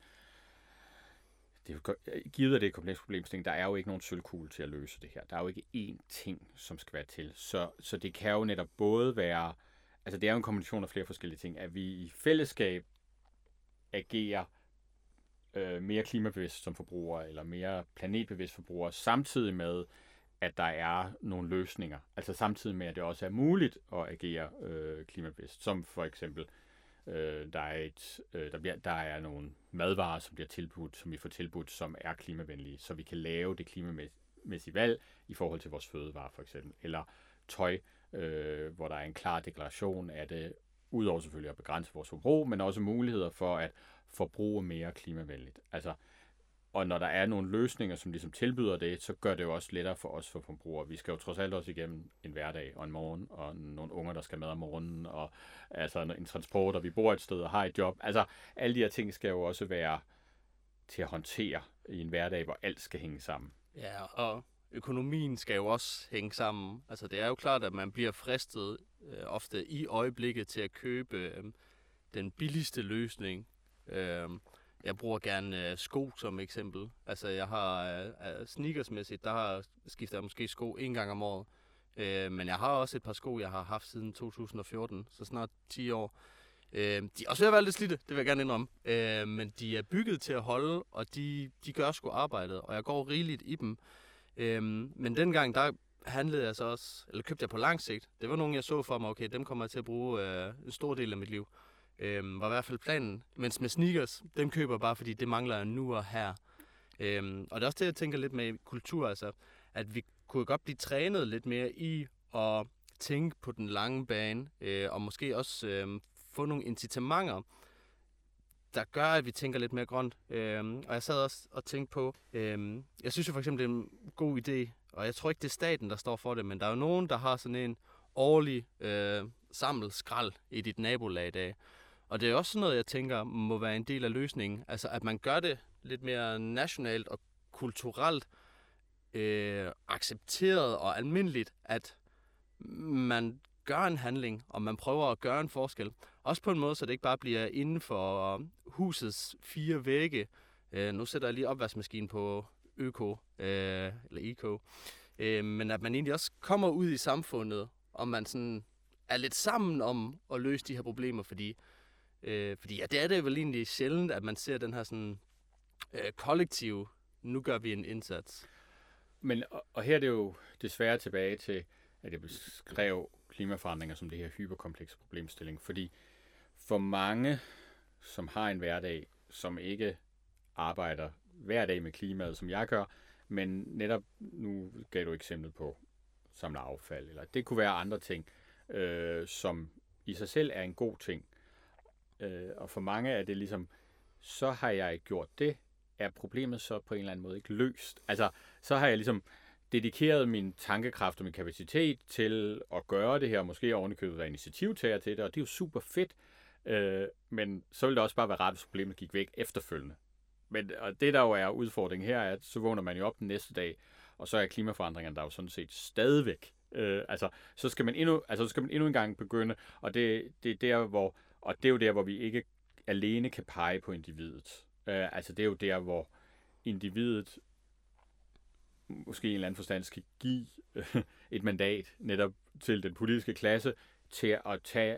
det er, givet at det er et komplekst problemstilling, der er jo ikke nogen sølvkugle til at løse det her. Der er jo ikke én ting, som skal være til. Så, så det kan jo netop både være, altså det er jo en kombination af flere forskellige ting, at vi i fællesskab agerer øh, mere klimabevidst som forbrugere, eller mere planetbevidst forbrugere, samtidig med, at der er nogle løsninger. Altså samtidig med, at det også er muligt at agere øh, klimabevidst, som for eksempel Øh, der, er et, øh, der, bliver, der er nogle madvarer, som bliver tilbudt, som vi får tilbudt, som er klimavenlige, så vi kan lave det klimamæssige valg i forhold til vores fødevarer for eksempel. Eller tøj, øh, hvor der er en klar deklaration af det, udover selvfølgelig at begrænse vores forbrug, men også muligheder for at forbruge mere klimavenligt. Altså, og når der er nogle løsninger, som ligesom tilbyder det, så gør det jo også lettere for os for forbrugere. Vi skal jo trods alt også igennem en hverdag og en morgen, og nogle unger, der skal med om morgenen, og altså en transport, og vi bor et sted og har et job. Altså, alle de her ting skal jo også være til at håndtere i en hverdag, hvor alt skal hænge sammen. Ja, og økonomien skal jo også hænge sammen. Altså, det er jo klart, at man bliver fristet øh, ofte i øjeblikket til at købe øh, den billigste løsning. Øh, Jeg bruger gerne øh, sko som eksempel. Altså jeg har øh, sneakersmæssigt, der har skifter jeg måske sko en gang om året. Øh, men jeg har også et par sko, jeg har haft siden to tusind og fjorten, så snart ti år. Øh, de er også ved at være lidt slidte, det vil jeg gerne indrømme. Øh, men de er bygget til at holde, og de, de gør sgu arbejdet, og jeg går rigeligt i dem. Øh, men dengang, der handlede jeg så også, eller købte jeg på lang sigt. Det var nogle, jeg så for mig, okay, dem kommer jeg til at bruge øh, en stor del af mit liv. Øhm, var i hvert fald planen. Mens med sneakers, dem køber jeg bare, fordi det mangler jeg nu og her. Øhm, og det er også det, jeg tænker lidt med kultur, altså, at vi kunne godt blive trænet lidt mere i at tænke på den lange bane, øh, og måske også øh, få nogle incitamenter, der gør, at vi tænker lidt mere grønt. Øhm, og jeg sad også og tænkte på, øhm, jeg synes jo for eksempel, det er en god idé, og jeg tror ikke, det er staten, der står for det, men der er jo nogen, der har sådan en årlig øh, samlet skrald i dit nabolag i dag. Og det er også sådan noget, jeg tænker, må være en del af løsningen. Altså, at man gør det lidt mere nationalt og kulturelt øh, accepteret og almindeligt, at man gør en handling, og man prøver at gøre en forskel. Også på en måde, så det ikke bare bliver inden for husets fire vægge. Øh, nu sætter jeg lige opvaskemaskinen på øko, øh, eller eco. Øh, men at man egentlig også kommer ud i samfundet, og man sådan er lidt sammen om at løse de her problemer, fordi Øh, fordi ja, det er det vel egentlig sjældent, at man ser den her sådan øh, kollektiv, nu gør vi en indsats. Men, og, og her er det jo desværre tilbage til, at jeg beskrev klimaforandringer som det her hyperkomplekse problemstilling, fordi for mange, som har en hverdag, som ikke arbejder hver dag med klimaet, som jeg gør, men netop, nu gav du eksemplet på samle affald, eller det kunne være andre ting, øh, som i sig selv er en god ting. Øh, og for mange er det ligesom, så har jeg gjort det, er problemet så på en eller anden måde ikke løst. Altså, så har jeg ligesom dedikeret min tankekraft og min kapacitet til at gøre det her, måske ovenikøbet være initiativtager til det, og det er jo super fedt, øh, men så ville det også bare være rart, hvis problemet gik væk efterfølgende. Men og det, der jo er udfordringen her, er, at så vågner man jo op den næste dag, og så er klimaforandringerne der jo sådan set stadigvæk. Øh, altså, så skal man endnu, altså, så skal man endnu en gang begynde, og det, det er der, hvor, og det er jo der, hvor vi ikke alene kan pege på individet. Øh, altså, det er jo der, hvor individet måske i en eller anden forstand skal give øh, et mandat netop til den politiske klasse til at tage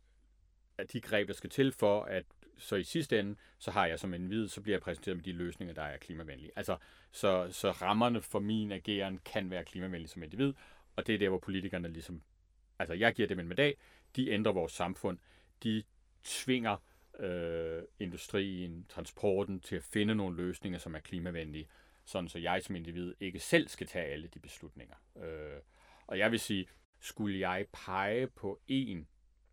de greb, der skal til for, at så i sidste ende, så har jeg som individ, så bliver jeg præsenteret med de løsninger, der er klimavenlige. Altså, så, så rammerne for min ageren kan være klimavenlige som individ, og det er der, hvor politikerne ligesom, altså jeg giver dem en mandat, de ændrer vores samfund, de tvinger øh, industrien, transporten til at finde nogle løsninger, som er klimavenlige, sådan så jeg som individ ikke selv skal tage alle de beslutninger. Øh, og jeg vil sige, skulle jeg pege på en,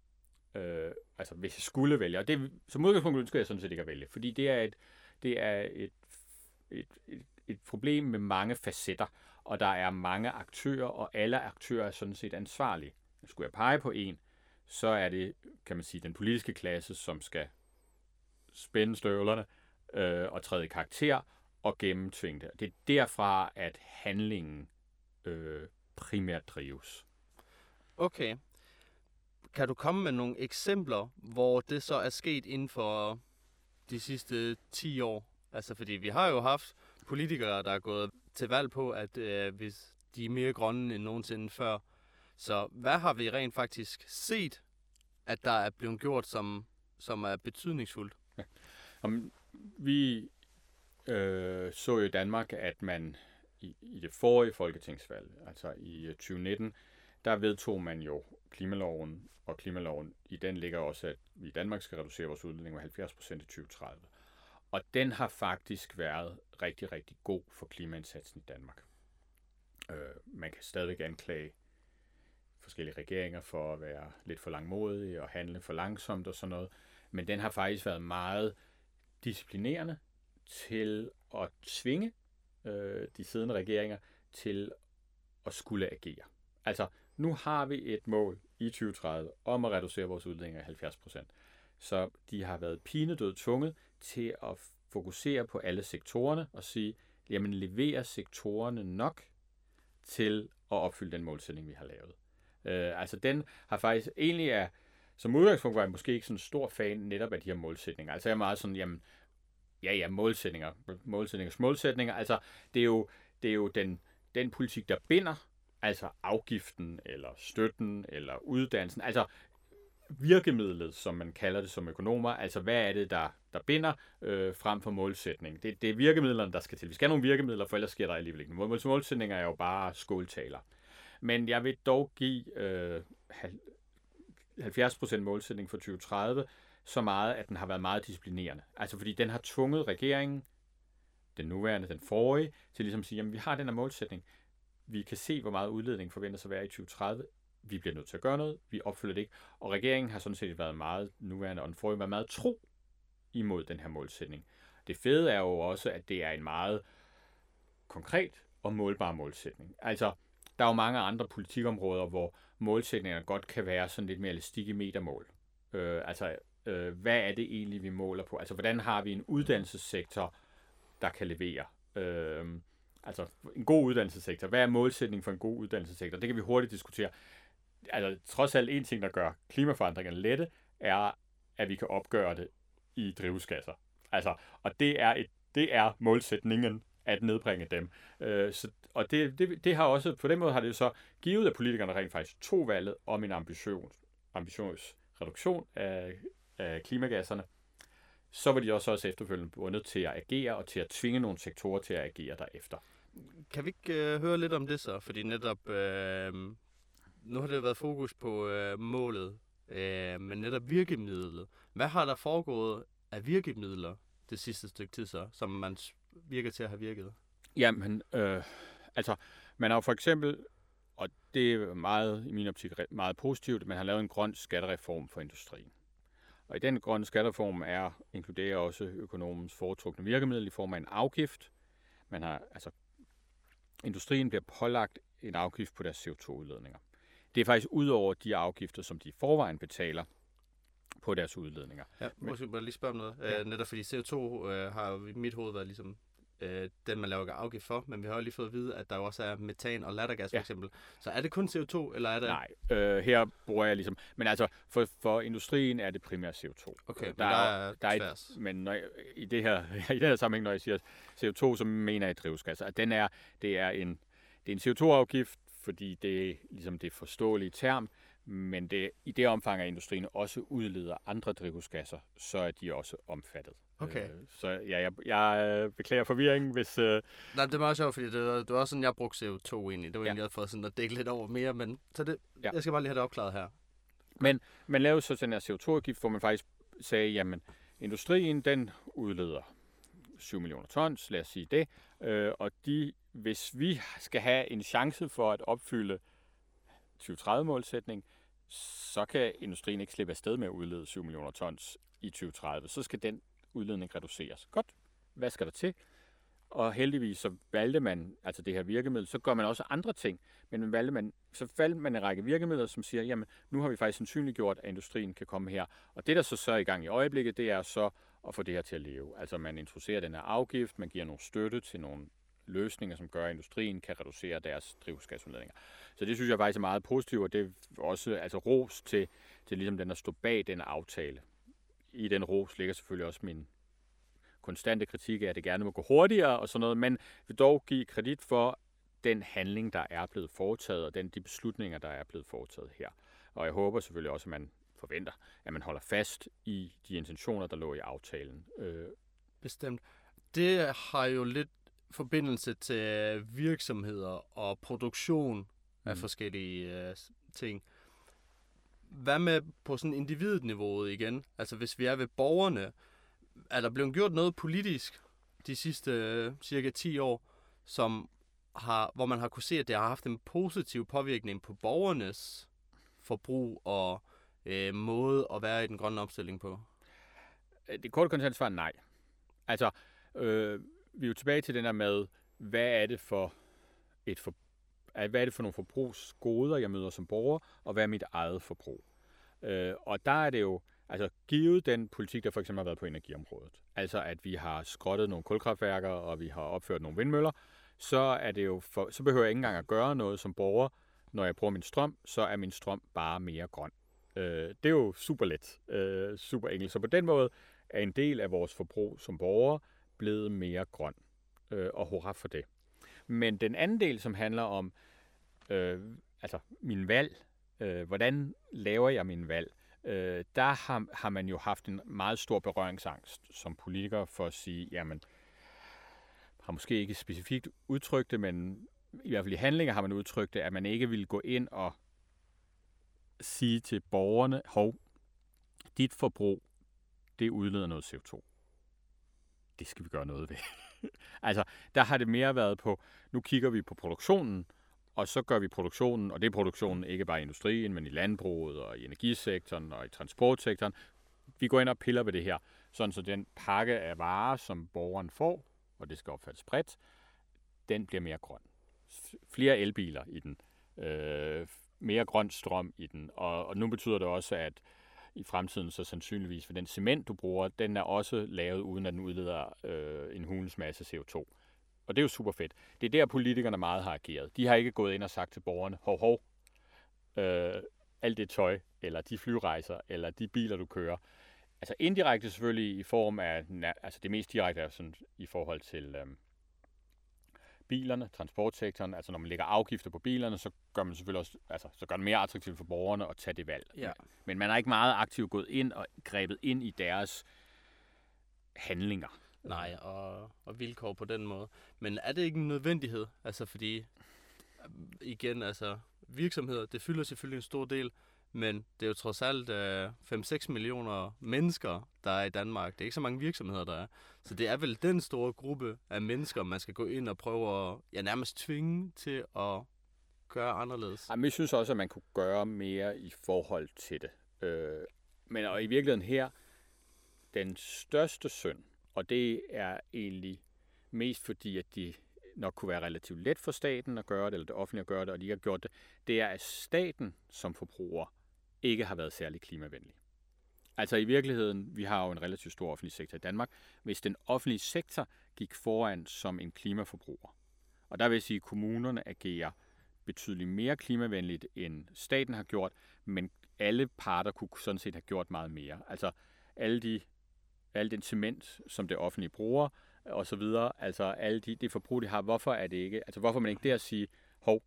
øh, altså hvis jeg skulle vælge, og det, som udgangspunkt ønsker jeg sådan set ikke at vælge, fordi det er et, det er et, et, et, et problem med mange facetter, og der er mange aktører, og alle aktører er sådan set ansvarlige. Skulle jeg pege på en, så er det, kan man sige, den politiske klasse, som skal spænde støvlerne øh, og træde i karakter og gennemtvinge det. Det er derfra, at handlingen øh, primært drives. Okay. Kan du komme med nogle eksempler, hvor det så er sket inden for de sidste ti år? Altså, fordi vi har jo haft politikere, der er gået til valg på, at øh, hvis de er mere grønne end nogensinde før. Så hvad har vi rent faktisk set, at der er blevet gjort, som, som er betydningsfuldt? Ja. Om, vi øh, så jo i Danmark, at man i, i det forrige folketingsvalg, altså i tyve nitten, der vedtog man jo klimaloven, og klimaloven i den ligger også, at vi i Danmark skal reducere vores udledning med halvfjerds procent i tyve tredive. Og den har faktisk været rigtig, rigtig god for klimaindsatsen i Danmark. Øh, man kan stadigvæk anklage forskellige regeringer for at være lidt for langmodige og handle for langsomt og sådan noget, men den har faktisk været meget disciplinerende til at tvinge øh, de siddende regeringer til at skulle agere. Altså, nu har vi et mål i tyve tredive om at reducere vores udledning af halvfjerds procent. Så de har været pinedød tvunget til at fokusere på alle sektorerne og sige, jamen leverer sektorerne nok til at opfylde den målsætning, vi har lavet. Øh, altså den har faktisk egentlig er, som udgangspunkt var jeg måske ikke sådan en stor fan netop af de her målsætninger. Altså jeg er meget sådan, jamen, ja ja, målsætninger, målsætningers målsætninger, altså det er jo, det er jo den, den politik, der binder, altså afgiften, eller støtten, eller uddannelsen, altså virkemidlet, som man kalder det som økonomer, altså hvad er det, der, der binder øh, frem for målsætning. Det, det er virkemidlerne, der skal til. Vi skal have nogle virkemidler, for ellers sker der alligevel ikke. Målsætninger er jo bare skåltaler. Men jeg vil dog give øh, halvfjerds procent målsætning for tyve tredive så meget, at den har været meget disciplinerende. Altså fordi den har tvunget regeringen, den nuværende, den forrige, til ligesom at sige, jamen vi har den her målsætning. Vi kan se, hvor meget udledning forventes at være i tyve tredive. Vi bliver nødt til at gøre noget. Vi opfylder det ikke. Og regeringen har sådan set været meget nuværende, og den forrige været meget tro imod den her målsætning. Det fede er jo også, at det er en meget konkret og målbar målsætning. Altså, der er jo mange andre politikområder, hvor målsætninger godt kan være sådan lidt mere elastik i metermål. Øh, altså, øh, hvad er det egentlig, vi måler på? Altså, hvordan har vi en uddannelsessektor, der kan levere? Øh, altså, en god uddannelsessektor. Hvad er målsætningen for en god uddannelsessektor? Det kan vi hurtigt diskutere. Altså, trods alt en ting, der gør klimaforandringerne lette, er, at vi kan opgøre det i drivhusgasser. Altså, og det er, et, det er målsætningen at nedbringe dem. Øh, så, og det, det, det har også, på den måde har det så givet, at politikerne rent faktisk tog valget om en ambition, ambitiøs reduktion af, af klimagasserne. Så var de også, også efterfølgende bundet til at agere og til at tvinge nogle sektorer til at agere derefter. Kan vi ikke øh, høre lidt om det så? Fordi netop, øh, nu har det været fokus på øh, målet, øh, men netop virkemidlet. Hvad har der foregået af virkemidler det sidste stykke tid så, som man virker til at have virket? Jamen, øh, altså, man har jo for eksempel, og det er meget, i min optik, meget positivt, at man har lavet en grøn skattereform for industrien. Og i den grønne skattereform er, inkluderer også økonomens foretrukne virkemiddel i form af en afgift. Man har, altså, industrien bliver pålagt en afgift på deres C O to udledninger. Det er faktisk ud over de afgifter, som de i forvejen betaler på deres udledninger. Ja, måske bare lige spørge om noget. Ja. Uh, netop fordi C O to uh, har jo i mit hoved været ligesom uh, den, man laver afgift for, men vi har jo lige fået at vide, at der også er metan og lattergas for ja. eksempel. Så er det kun C O to, eller er det... Nej, øh, her bruger jeg ligesom... Men altså, for, for industrien er det primært C O to. Okay, der men der er, der er et, Men når jeg, i, det her, i det her sammenhæng, når jeg siger C O to, så mener jeg drivhusgasser. At den er, det er en, det er en C O to-afgift, fordi det er ligesom det forståelige term, men det, i det omfang, at industrien også udleder andre drivhusgasser, så er de også omfattet. Okay. Øh, så ja, jeg, jeg beklager forvirringen, hvis... Øh... Nej, det er meget sjovt, fordi det, det var også sådan, jeg brugte C O to egentlig. Det var ja. egentlig, jeg havde fået sådan at dække lidt over mere, men så det, ja. jeg skal bare lige have det opklaret her. Men man lavede så den her C O to-afgift, hvor man faktisk sagde, jamen, industrien, den udleder syv millioner tons, lad os sige det, øh, og de, hvis vi skal have en chance for at opfylde tyve tredive-målsætning, så kan industrien ikke slippe afsted med at udlede syv millioner tons i tyve tredive. Så skal den udledning reduceres. Godt. Hvad skal der til? Og heldigvis så valgte man, altså det her virkemiddel, så gør man også andre ting, men man valgte man, så valgte man en række virkemidler, som siger, jamen nu har vi faktisk sandsynliggjort, at industrien kan komme her. Og det, der så så er i gang i øjeblikket, det er så at få det her til at leve. Altså man introducerer den her afgift, man giver nogle støtte til nogle løsninger, som gør, at industrien kan reducere deres drivhusgasudledninger. Så det synes jeg faktisk er meget positivt, og det er også altså ros til, til ligesom den, der står bag den aftale. I den ros ligger selvfølgelig også min konstante kritik af, at det gerne må gå hurtigere og sådan noget, men vil dog give kredit for den handling, der er blevet foretaget, og den, de beslutninger, der er blevet foretaget her. Og jeg håber selvfølgelig også, at man forventer, at man holder fast i de intentioner, der lå i aftalen. Øh. Bestemt. Det har jo lidt forbindelse til virksomheder og produktion af mm. forskellige øh, ting. Hvad med på sådan individniveauet igen? Altså hvis vi er ved borgerne, er der blevet gjort noget politisk de sidste øh, cirka ti år, som har, hvor man har kunne se, at det har haft en positiv påvirkning på borgernes forbrug og øh, måde at være i den grønne omstilling på? Det korte kontant svar er nej. Altså, øh, vi er jo tilbage til den der med, hvad er det for et for, hvad er det for nogle forbrugsgoder, jeg møder som borger, og hvad er mit eget forbrug? Øh, og der er det jo, altså givet den politik, der for eksempel har været på energiområdet, altså at vi har skrottet nogle kulkraftværker, og vi har opført nogle vindmøller, så er det jo for, så behøver jeg ikke engang at gøre noget som borger, når jeg bruger min strøm, så er min strøm bare mere grøn. Øh, det er jo super let, øh, super enkelt. Så på den måde er en del af vores forbrug som borger blevet mere grøn, øh, og hurra for det. Men den anden del, som handler om øh, altså min valg, øh, hvordan laver jeg min valg, øh, der har, har man jo haft en meget stor berøringsangst som politiker for at sige, jamen, har måske ikke specifikt udtrykt det, men i hvert fald i handlinger har man udtrykt det, at man ikke vil gå ind og sige til borgerne, hov, dit forbrug, det udleder noget C O to. Det skal vi gøre noget ved. Altså, der har det mere været på, nu kigger vi på produktionen, og så gør vi produktionen, og det er produktionen ikke bare i industrien, men i landbruget og i energisektoren og i transportsektoren. Vi går ind og piller ved det her, sådan så den pakke af varer, som borgeren får, og det skal opfattes bredt, den bliver mere grøn. Flere elbiler i den, øh, mere grøn strøm i den, og, og nu betyder det også, at i fremtiden så sandsynligvis, for den cement, du bruger, den er også lavet, uden at den udleder øh, en hulens masse C O to. Og det er jo super fedt. Det er der, politikerne meget har ageret. De har ikke gået ind og sagt til borgerne, hov, hov, øh, alt det tøj, eller de flyrejser, eller de biler, du kører. Altså indirekte selvfølgelig i form af, altså det mest direkte er sådan i forhold til øh, bilerne, transportsektoren. Altså når man lægger afgifter på bilerne, så gør man selvfølgelig også, altså så gør det mere attraktivt for borgerne at tage det valg. Ja. Men man er ikke meget aktivt gået ind og grebet ind i deres handlinger. Nej, og, og vilkår på den måde. Men er det ikke en nødvendighed? Altså fordi, igen, altså virksomheder, det fylder selvfølgelig en stor del, men det er jo trods alt uh, fem til seks millioner mennesker, der er i Danmark. Det er ikke så mange virksomheder, der er. Så det er vel den store gruppe af mennesker, man skal gå ind og prøve at ja, nærmest tvinge til at gøre anderledes? Jamen, jeg synes også, at man kunne gøre mere i forhold til det. Øh, men og i virkeligheden her, den største synd, og det er egentlig mest fordi, at de nok kunne være relativt let for staten at gøre det, eller det offentlige at gøre det, og de ikke har gjort det, det er, at staten som forbruger ikke har været særlig klimavenlig. Altså i virkeligheden, vi har jo en relativt stor offentlig sektor i Danmark, hvis den offentlige sektor gik foran som en klimaforbruger. Og der vil jeg sige, at kommunerne agerer betydeligt mere klimavenligt, end staten har gjort, men alle parter kunne sådan set have gjort meget mere. Altså alle de, alle den cement, som det offentlige bruger, og så videre, altså alle de, det forbrug, de har, hvorfor er det ikke, altså hvorfor man ikke der sige, hov,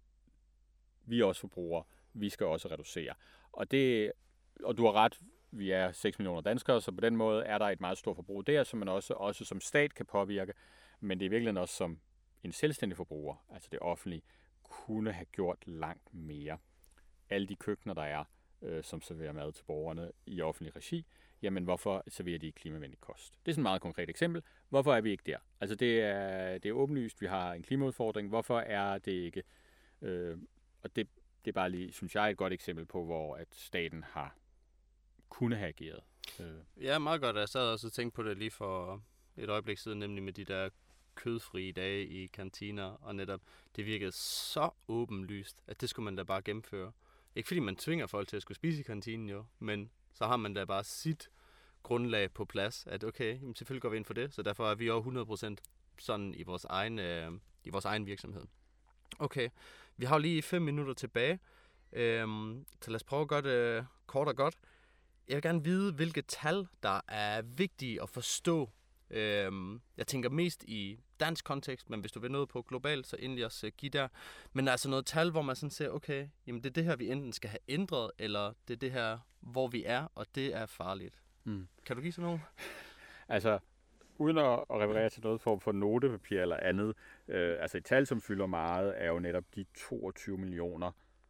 vi er også forbrugere, vi skal også reducere. Og det, og du har ret, vi er seks millioner danskere, så på den måde er der et meget stort forbrug der, som man også, også som stat kan påvirke, men det er virkelig også som en selvstændig forbruger, altså det offentlige, kunne have gjort langt mere. Alle de køkkener, der er, øh, som serverer mad til borgerne i offentlig regi, jamen hvorfor serverer de ikke klimavenlig kost? Det er sådan et meget konkret eksempel. Hvorfor er vi ikke der? Altså det er, det er åbenlyst, vi har en klimaudfordring. Hvorfor er det ikke? Øh, og det, det er bare lige, synes jeg, et godt eksempel på, hvor at staten har kunne have ageret. Øh. Ja, meget godt. Jeg sad også og tænkte på det lige for et øjeblik siden, nemlig med de der kødfrie dage i kantiner, og netop det virkede så åbenlyst, at det skulle man da bare gennemføre. Ikke fordi man tvinger folk til at skulle spise i kantinen jo, men så har man da bare sit grundlag på plads, at okay, jamen selvfølgelig går vi ind for det, så derfor er vi jo hundrede procent sådan i vores egen, øh, i vores egen virksomhed. Okay, vi har jo lige fem minutter tilbage, øhm, så lad os prøve at gøre det kort og godt. Jeg vil gerne vide, hvilke tal, der er vigtige at forstå. Øhm, jeg tænker mest i dansk kontekst, men hvis du vil noget på globalt, så endelig også give der. Men altså noget tal, hvor man sådan ser, okay, jamen det er det her, vi enten skal have ændret, eller det er det her, hvor vi er, og det er farligt. Mm. Kan du give sådan noget? Altså, uden at referere til noget form for notepapir eller andet, øh, altså et tal, som fylder meget, er jo netop de toogtyve millioner,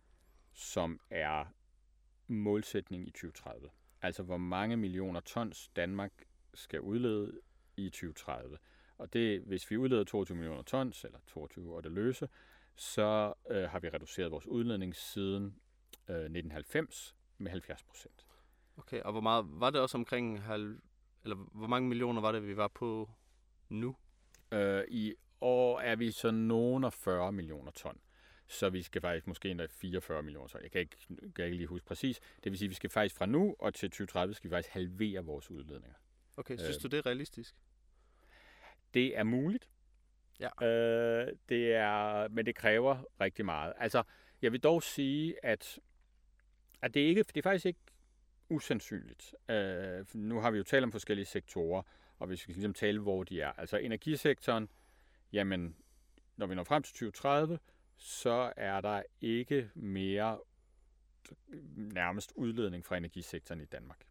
som er målsætning i tyve tredive. Altså, hvor mange millioner tons Danmark skal udlede i tyve tredive. Og det, hvis vi udleder toogtyve millioner tons, eller toogtyve og det løse, så øh, har vi reduceret vores udledning siden øh, nitten halvfems med halvfjerds procent. Okay, og hvor meget var det også omkring, halv, eller hvor mange millioner var det, vi var på nu? Øh, I år er vi så nogen af fyrre millioner ton. Så vi skal faktisk måske endda fireogfyrre millioner ton. Jeg kan ikke, kan ikke lige huske præcis. Det vil sige, at vi skal faktisk fra nu og til tyve tredive skal vi faktisk halvere vores udledninger. Okay, synes øh, du, det er realistisk? Det er muligt. Ja. Øh, det er, men det kræver rigtig meget. Altså, jeg vil dog sige, at, at det, ikke, det er faktisk ikke usandsynligt. Øh, nu har vi jo talt om forskellige sektorer, og hvis vi kan ligesom tale, hvor de er. Altså energisektoren, jamen, når vi når frem til tyve tredive, så er der ikke mere nærmest udledning fra energisektoren i Danmark.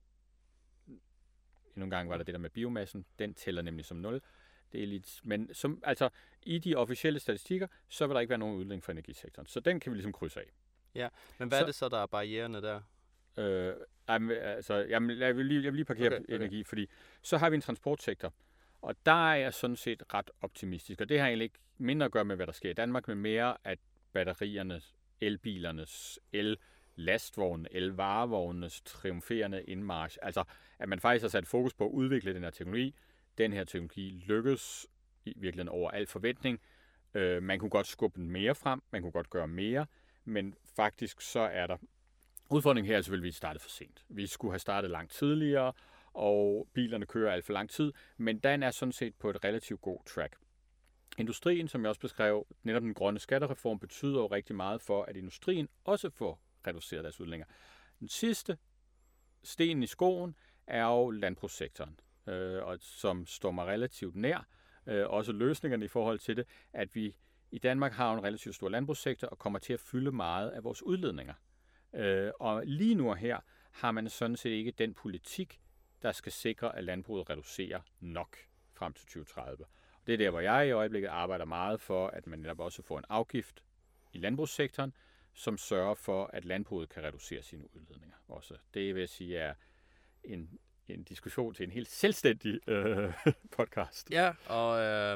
Nogle gange var der det der med biomassen, den tæller nemlig som nul. Det er lidt, men som, altså, i de officielle statistikker, så vil der ikke være nogen udledning fra energisektoren. Så den kan vi ligesom krydse af. Ja, men hvad så, er det så, der er barriererne der? Øh, altså, jamen, jeg, vil lige, jeg vil lige parkere okay, okay. energi, fordi så har vi en transportsektor, og der er jeg sådan set ret optimistisk. Og det har egentlig ikke mindre at gøre med, hvad der sker i Danmark, men mere, at batteriernes, elbilernes, el lastvogne, elvarevognenes triumferende indmarch. Altså, at man faktisk har sat fokus på at udvikle den her teknologi. Den her teknologi lykkes i virkeligheden over al forventning. Øh, man kunne godt skubbe den mere frem, man kunne godt gøre mere, men faktisk så er der udfordringen her er selvfølgelig, at vi startede for sent. Vi skulle have startet langt tidligere, og bilerne kører alt for lang tid, men den er sådan set på et relativt god track. Industrien, som jeg også beskrev, netop den grønne skattereform, betyder jo rigtig meget for, at industrien også får reduceret deres udledninger. Den sidste sten i skoen er jo landbrugssektoren, øh, og som står mig relativt nær. Øh, også løsningerne i forhold til det, at vi i Danmark har en relativt stor landbrugssektor og kommer til at fylde meget af vores udledninger. Øh, og lige nu og her har man sådan set ikke den politik, der skal sikre, at landbruget reducerer nok frem til tyve tredive. Og det er der, hvor jeg i øjeblikket arbejder meget for, at man netop også får en afgift i landbrugssektoren, som sørger for, at landbruget kan reducere sine udledninger også. Det vil jeg sige er en, en diskussion til en helt selvstændig øh, podcast. Ja, og øh,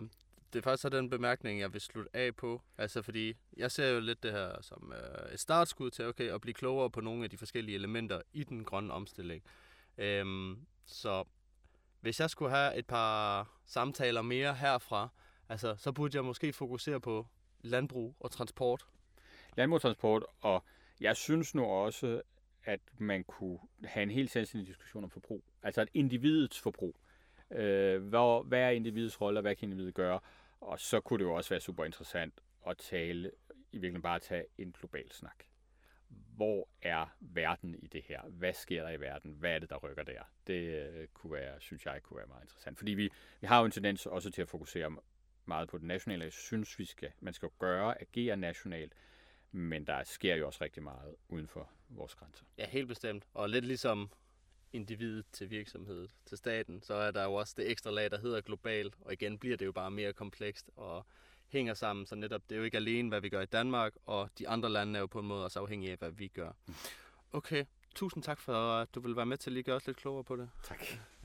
det er faktisk så den bemærkning, jeg vil slutte af på. Altså fordi, jeg ser jo lidt det her som øh, et startskud til okay, at blive klogere på nogle af de forskellige elementer i den grønne omstilling. Øhm, så hvis jeg skulle have et par samtaler mere herfra, altså, så burde jeg måske fokusere på landbrug og transport. Landbrug og transport, og jeg synes nu også, at man kunne have en helt selvstændig diskussion om forbrug. Altså et individets forbrug. Øh, hvor, hvad er individets rolle, og hvad kan individet gøre? Og så kunne det jo også være super interessant at tale, i virkeligheden bare at tage en global snak. Hvor er verden i det her? Hvad sker der i verden? Hvad er det, der rykker der? Det øh, kunne være, synes jeg, kunne være meget interessant. Fordi vi, vi har jo en tendens også til at fokusere meget på det nationale. Jeg synes, vi skal, man skal gøre, agere nationalt, men der sker jo også rigtig meget uden for vores grænser. Ja, helt bestemt. Og lidt ligesom individet til virksomhed, til staten, så er der jo også det ekstra lag, der hedder global, og igen bliver det jo bare mere komplekst og hænger sammen, så netop det er jo ikke alene, hvad vi gør i Danmark, og de andre lande er jo på en måde også afhængige af, hvad vi gør. Okay, tusind tak for, at du vil være med til at lige gøre os lidt klogere på det. Tak.